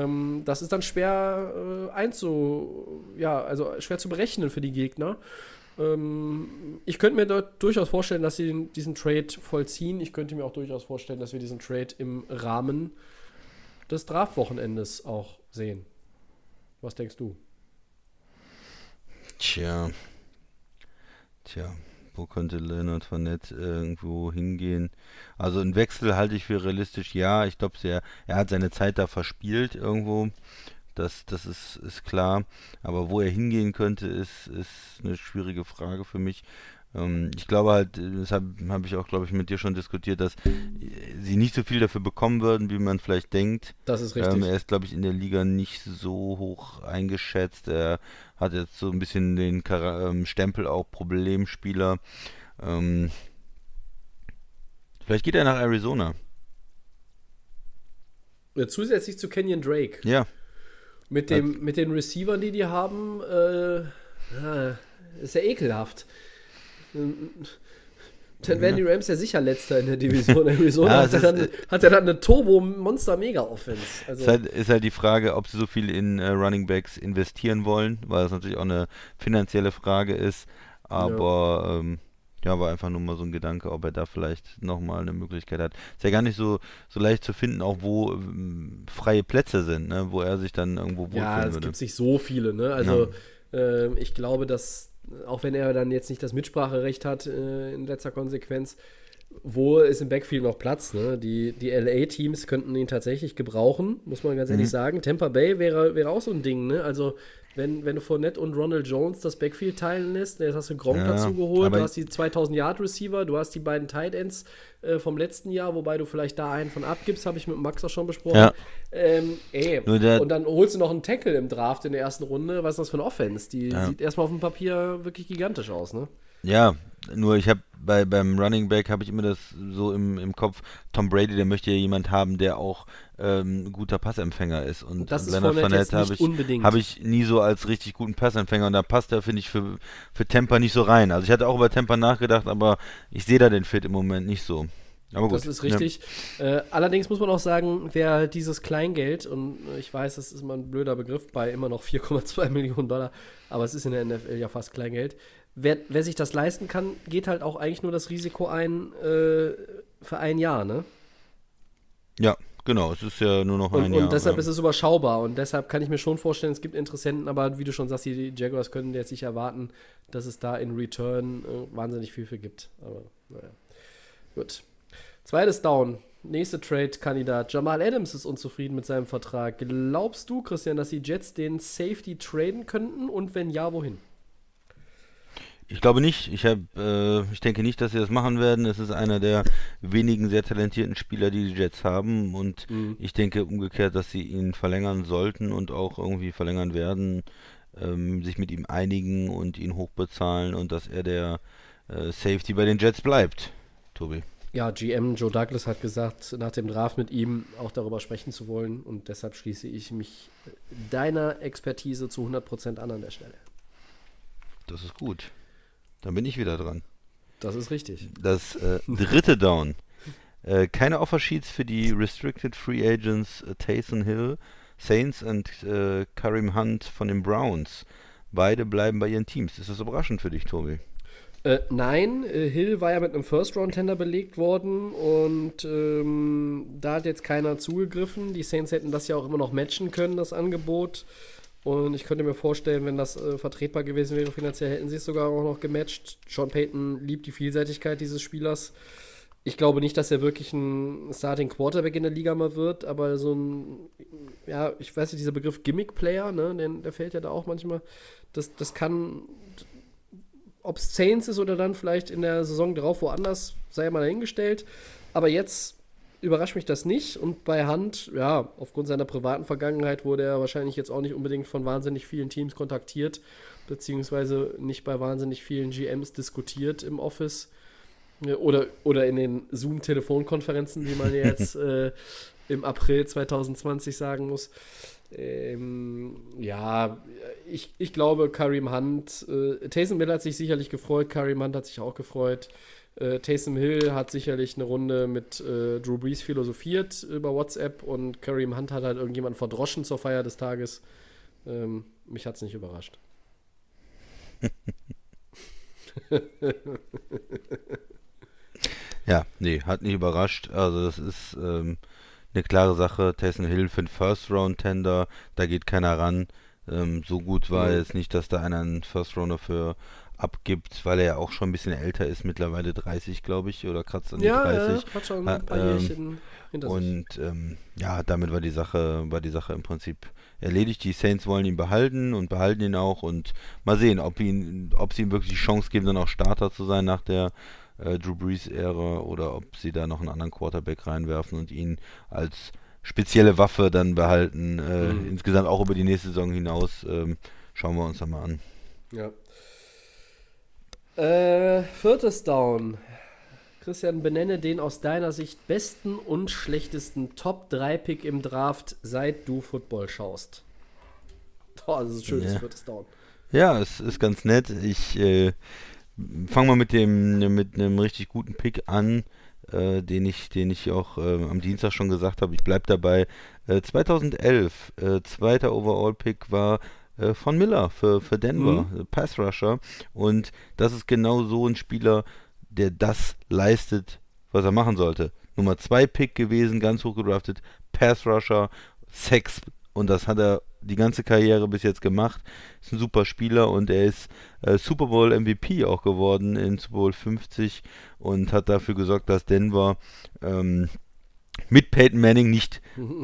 Das ist dann schwer schwer zu berechnen für die Gegner. Ich könnte mir durchaus vorstellen, dass sie diesen Trade vollziehen. Ich könnte mir auch durchaus vorstellen, dass wir diesen Trade im Rahmen des Draft-Wochenendes auch sehen. Was denkst du? Tja, wo könnte Leonard Fournette irgendwo hingehen? Also einen Wechsel halte ich für realistisch, ja. Ich glaube, er hat seine Zeit da verspielt irgendwo. Das ist klar. Aber wo er hingehen könnte, ist eine schwierige Frage für mich. Ich glaube halt, deshalb habe ich auch, glaube ich, mit dir schon diskutiert, dass sie nicht so viel dafür bekommen würden, wie man vielleicht denkt. Das ist richtig. Er ist, glaube ich, in der Liga nicht so hoch eingeschätzt. Er hat jetzt so ein bisschen den Stempel auch Problemspieler. Vielleicht geht er nach Arizona. Zusätzlich zu Kenyon Drake. Ja. Mit den Receivern, die haben, ist ja ekelhaft. Dann wären die Rams ja sicher Letzter in der Division. Arizona hat ja dann eine Turbo-Monster-Mega-Offense. Also Ist halt die Frage, ob sie so viel in Running Backs investieren wollen, weil das natürlich auch eine finanzielle Frage ist. Aber war einfach nur mal so ein Gedanke, ob er da vielleicht nochmal eine Möglichkeit hat. Ist ja gar nicht so leicht zu finden, auch wo freie Plätze sind, ne? Wo er sich dann irgendwo wohlfühlen würde. Ja, es gibt nicht so viele. Ne? Also ich glaube, dass, auch wenn er dann jetzt nicht das Mitspracherecht hat in letzter Konsequenz, wo ist im Backfield noch Platz? Ne? Die LA-Teams könnten ihn tatsächlich gebrauchen, muss man ganz ehrlich sagen. Tampa Bay wäre auch so ein Ding. Ne? Also wenn du Fournette und Ronald Jones das Backfield teilen lässt, jetzt hast du Gronk dazu geholt, du hast die 2000-Yard-Receiver, du hast die beiden Tight Ends vom letzten Jahr, wobei du vielleicht da einen von abgibst, habe ich mit Max auch schon besprochen. Ja. Und dann holst du noch einen Tackle im Draft in der ersten Runde. Was ist das für eine Offense? Die sieht erstmal auf dem Papier wirklich gigantisch aus, ne? Ja, nur ich habe beim Running Back habe ich immer das so im Kopf, Tom Brady, der möchte ja jemand haben, der auch ein guter Passempfänger ist. Und das ist Leonard Fournette habe ich nie so als richtig guten Passempfänger und da passt er, finde ich, für Tampa nicht so rein. Also ich hatte auch über Tampa nachgedacht, aber ich sehe da den Fit im Moment nicht so. Aber gut. Das ist richtig. Ja. Allerdings muss man auch sagen, wer dieses Kleingeld, und ich weiß, das ist immer ein blöder Begriff bei immer noch 4,2 Millionen $, aber es ist in der NFL ja fast Kleingeld. Wer sich das leisten kann, geht halt auch eigentlich nur das Risiko ein für ein Jahr, ne? Ja, genau. Es ist ja nur noch ein Jahr. Und deshalb ist es überschaubar. Und deshalb kann ich mir schon vorstellen, es gibt Interessenten, aber wie du schon sagst, die Jaguars können jetzt nicht erwarten, dass es da in Return wahnsinnig viel für gibt. Aber naja. Gut. Zweites Down. Nächster Trade-Kandidat. Jamal Adams ist unzufrieden mit seinem Vertrag. Glaubst du, Christian, dass die Jets den Safety traden könnten? Und wenn ja, wohin? Ich glaube nicht. Ich denke nicht, dass sie das machen werden. Es ist einer der wenigen sehr talentierten Spieler, die Jets haben. Und ich denke umgekehrt, dass sie ihn verlängern sollten und auch irgendwie verlängern werden, sich mit ihm einigen und ihn hochbezahlen und dass er der Safety bei den Jets bleibt. Tobi. Ja, GM Joe Douglas hat gesagt, nach dem Draft mit ihm auch darüber sprechen zu wollen. Und deshalb schließe ich mich deiner Expertise zu 100% an der Stelle. Das ist gut. Dann bin ich wieder dran. Das ist richtig. Das dritte Down. Keine Offersheets für die Restricted Free Agents Taysom Hill, Saints und Kareem Hunt von den Browns. Beide bleiben bei ihren Teams. Ist das überraschend für dich, Tobi? Nein, Hill war ja mit einem First-Round-Tender belegt worden und da hat jetzt keiner zugegriffen. Die Saints hätten das ja auch immer noch matchen können, das Angebot. Und ich könnte mir vorstellen, wenn das vertretbar gewesen wäre finanziell, hätten sie es sogar auch noch gematcht. Sean Payton liebt die Vielseitigkeit dieses Spielers. Ich glaube nicht, dass er wirklich ein Starting Quarterback in der Liga mal wird, aber so ein, ja, ich weiß nicht, dieser Begriff Gimmick-Player, ne, der fällt ja da auch manchmal. Das kann, ob es Saints ist oder dann vielleicht in der Saison drauf woanders, sei mal dahingestellt. Aber jetzt überrascht mich das nicht. Und bei Hunt, ja, aufgrund seiner privaten Vergangenheit wurde er wahrscheinlich jetzt auch nicht unbedingt von wahnsinnig vielen Teams kontaktiert, beziehungsweise nicht bei wahnsinnig vielen GMs diskutiert im Office oder in den Zoom-Telefonkonferenzen, wie man jetzt im April 2020 sagen muss. Ja, ich glaube, Kareem Hunt, Taysom Hill hat sich sicherlich gefreut, Kareem Hunt hat sich auch gefreut. Taysom Hill hat sicherlich eine Runde mit Drew Brees philosophiert über WhatsApp und Kareem Hunt hat halt irgendjemanden verdroschen zur Feier des Tages. Mich hat es nicht überrascht. Ja, nee, hat nicht überrascht. Also das ist eine klare Sache. Taysom Hill für einen First-Round-Tender, da geht keiner ran. So gut war es nicht, dass da einer einen First-Rounder für abgibt, weil er ja auch schon ein bisschen älter ist, mittlerweile 30, glaube ich, oder kratzt an die 30. Ja, hat schon ein paar Jährchen hinter sich. Und ja, damit war die Sache im Prinzip erledigt. Die Saints wollen ihn behalten und behalten ihn auch und mal sehen, ob sie ihm wirklich die Chance geben, dann auch Starter zu sein nach der Drew Brees-Ära oder ob sie da noch einen anderen Quarterback reinwerfen und ihn als spezielle Waffe dann behalten. Insgesamt auch über die nächste Saison hinaus. Schauen wir uns da mal an. Ja. 4. Down. Christian, benenne den aus deiner Sicht besten und schlechtesten Top-3-Pick im Draft, seit du Football schaust. Oh, das ist ein schönes 4. Down. Ja, es ist ganz nett. Ich fange mal mit einem richtig guten Pick an, den ich auch am Dienstag schon gesagt habe. Ich bleibe dabei. 2011, zweiter Overall-Pick war von Miller für Denver, Pass Rusher. Und das ist genau so ein Spieler, der das leistet, was er machen sollte. Nummer 2 Pick gewesen, ganz hoch gedraftet, Pass Rusher, Sacks, und das hat er die ganze Karriere bis jetzt gemacht. Ist ein super Spieler und er ist Super Bowl MVP auch geworden in Super Bowl 50 und hat dafür gesorgt, dass Denver mit Peyton Manning nicht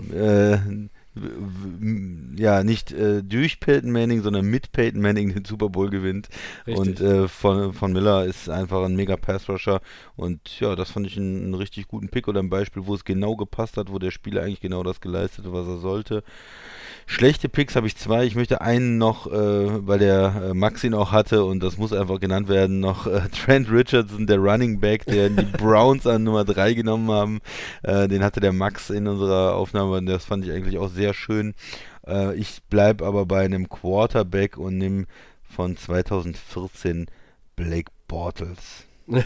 durch Peyton Manning, sondern mit Peyton Manning den Super Bowl gewinnt. Richtig. Und von Miller ist einfach ein mega Pass-Rusher. Und ja, das fand ich einen richtig guten Pick oder ein Beispiel, wo es genau gepasst hat, wo der Spieler eigentlich genau das geleistet hat, was er sollte. Schlechte Picks habe ich 2. Ich möchte einen noch, weil der Max ihn auch hatte und das muss einfach genannt werden, noch Trent Richardson, der Running Back, den die Browns an Nummer 3 genommen haben. Den hatte der Max in unserer Aufnahme und das fand ich eigentlich auch sehr schön. Ich bleibe aber bei einem Quarterback und nehme von 2014 Blake Bortles.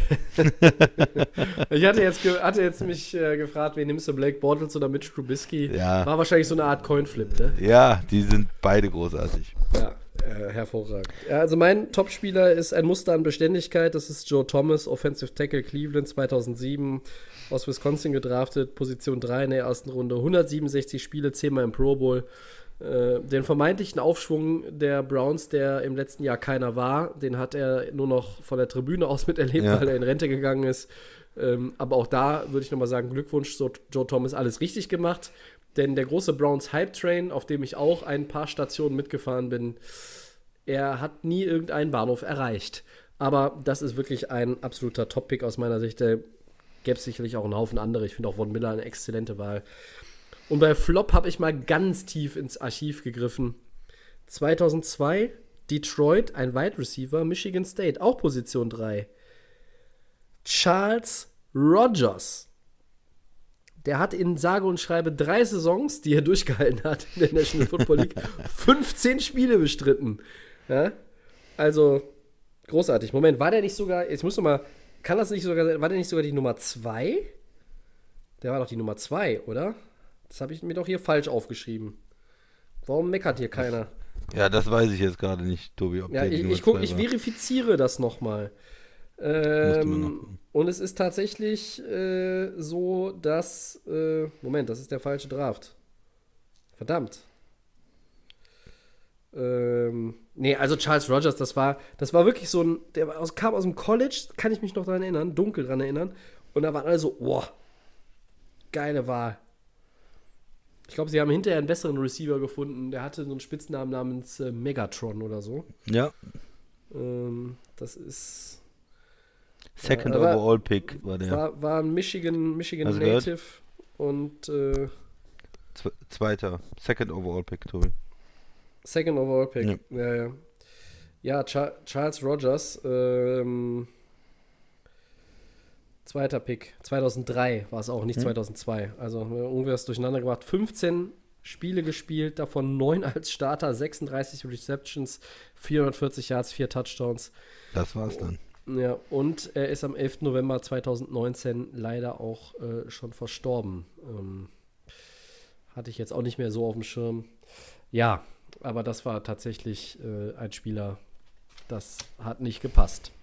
Ich hatte jetzt mich gefragt, wen nimmst du, Blake Bortles oder Mitch Trubisky? Ja. War wahrscheinlich so eine Art Coinflip, ne? Ja, die sind beide großartig. Ja, hervorragend. Ja, also mein Topspieler ist ein Muster an Beständigkeit. Das ist Joe Thomas, Offensive Tackle Cleveland 2007, aus Wisconsin gedraftet, Position 3 in der ersten Runde, 167 Spiele, 10-mal im Pro Bowl. Den vermeintlichen Aufschwung der Browns, der im letzten Jahr keiner war, den hat er nur noch von der Tribüne aus miterlebt, weil er in Rente gegangen ist. Aber auch da würde ich nochmal sagen, Glückwunsch, Joe Thomas, alles richtig gemacht. Denn der große Browns Hype Train, auf dem ich auch ein paar Stationen mitgefahren bin, er hat nie irgendeinen Bahnhof erreicht. Aber das ist wirklich ein absoluter Top-Pick aus meiner Sicht. Da gäbe es sicherlich auch einen Haufen andere. Ich finde auch Von Miller eine exzellente Wahl. Und bei Flop habe ich mal ganz tief ins Archiv gegriffen. 2002, Detroit, ein Wide Receiver, Michigan State, auch Position 3. Charles Rogers. Der hat in sage und schreibe 3 Saisons, die er durchgehalten hat in der National Football League, 15 Spiele bestritten. Ja? Also, großartig. Moment, war der nicht sogar, jetzt muss noch mal, war der nicht sogar die Nummer 2? Der war doch die Nummer 2, oder? Das habe ich mir doch hier falsch aufgeschrieben. Warum meckert hier keiner? Ja, das weiß ich jetzt gerade nicht, Tobi. Ob Ja, ich verifiziere das nochmal. Und es ist tatsächlich so, dass Moment, das ist der falsche Draft. Verdammt. Nee, also Charles Rogers, das war wirklich so ein, kam aus dem College, kann ich mich noch dran erinnern, dunkel dran erinnern. Und da waren alle so, boah, geile Wahl. Ich glaube, sie haben hinterher einen besseren Receiver gefunden. Der hatte so einen Spitznamen namens Megatron oder so. Ja. Das ist Second Overall Pick war der. War ein Michigan Native gehört? Und Zweiter. Second Overall Pick, Tobi. Second Overall Pick. Ja, Charles Rogers, zweiter Pick. 2003 war es auch, nicht 2002. Also irgendwie was durcheinander gemacht. 15 Spiele gespielt, davon 9 als Starter, 36 Receptions, 440 Yards, 4 Touchdowns. Das war's dann. Ja, und er ist am 11. November 2019 leider auch schon verstorben. Hatte ich jetzt auch nicht mehr so auf dem Schirm. Ja, aber das war tatsächlich ein Spieler, das hat nicht gepasst.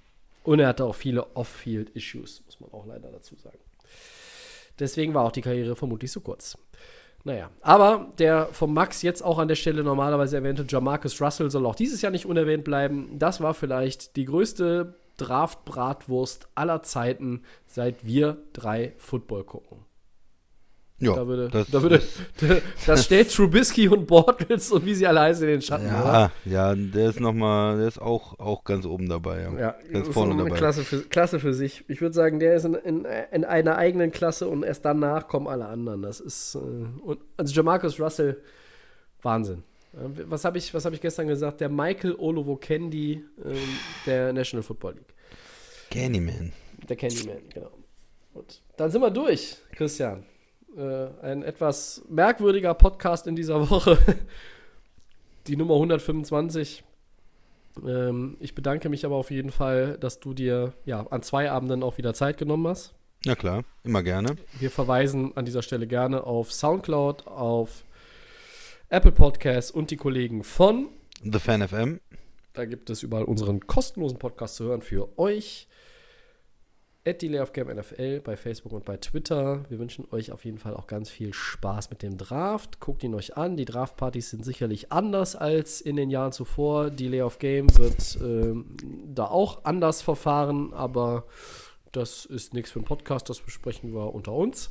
Und er hatte auch viele Off-Field-Issues, muss man auch leider dazu sagen. Deswegen war auch die Karriere vermutlich so kurz. Naja, aber der vom Max jetzt auch an der Stelle normalerweise erwähnte Jamarcus Russell soll auch dieses Jahr nicht unerwähnt bleiben. Das war vielleicht die größte Draft-Bratwurst aller Zeiten, seit wir 3 Football gucken. Ja, das stellt Trubisky und Bortles und wie sie alle heißen in den Schatten, oder? Ja, der ist auch ganz oben dabei. Ja, ganz vorne dabei. Klasse für sich. Ich würde sagen, der ist in einer eigenen Klasse und erst danach kommen alle anderen. Das ist, also Jamarcus Russell, Wahnsinn. Was hab ich gestern gesagt? Der Michael Olowo-Candy der National Football League. Candyman. Der Candyman, genau. Gut. Dann sind wir durch, Christian. Ein etwas merkwürdiger Podcast in dieser Woche. Die Nummer 125. Ich bedanke mich aber auf jeden Fall, dass du dir an 2 Abenden auch wieder Zeit genommen hast. Na klar, immer gerne. Wir verweisen an dieser Stelle gerne auf Soundcloud, auf Apple Podcasts und die Kollegen von The Fan FM. Da gibt es überall unseren kostenlosen Podcast zu hören für euch. @DelayOfGameNFL bei Facebook und bei Twitter. Wir wünschen euch auf jeden Fall auch ganz viel Spaß mit dem Draft. Guckt ihn euch an. Die Draftpartys sind sicherlich anders als in den Jahren zuvor. Delay of Game wird da auch anders verfahren, aber das ist nichts für einen Podcast. Das besprechen wir unter uns.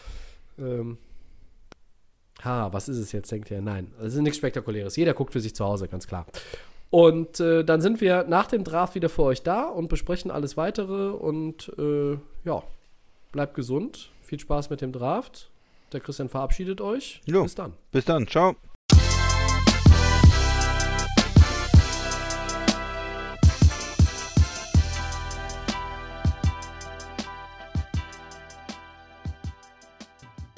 Was ist es jetzt, denkt ihr? Nein, das ist nichts Spektakuläres. Jeder guckt für sich zu Hause, ganz klar. Und dann sind wir nach dem Draft wieder für euch da und besprechen alles Weitere. Und bleibt gesund. Viel Spaß mit dem Draft. Der Christian verabschiedet euch. Jo. Bis dann. Bis dann. Ciao.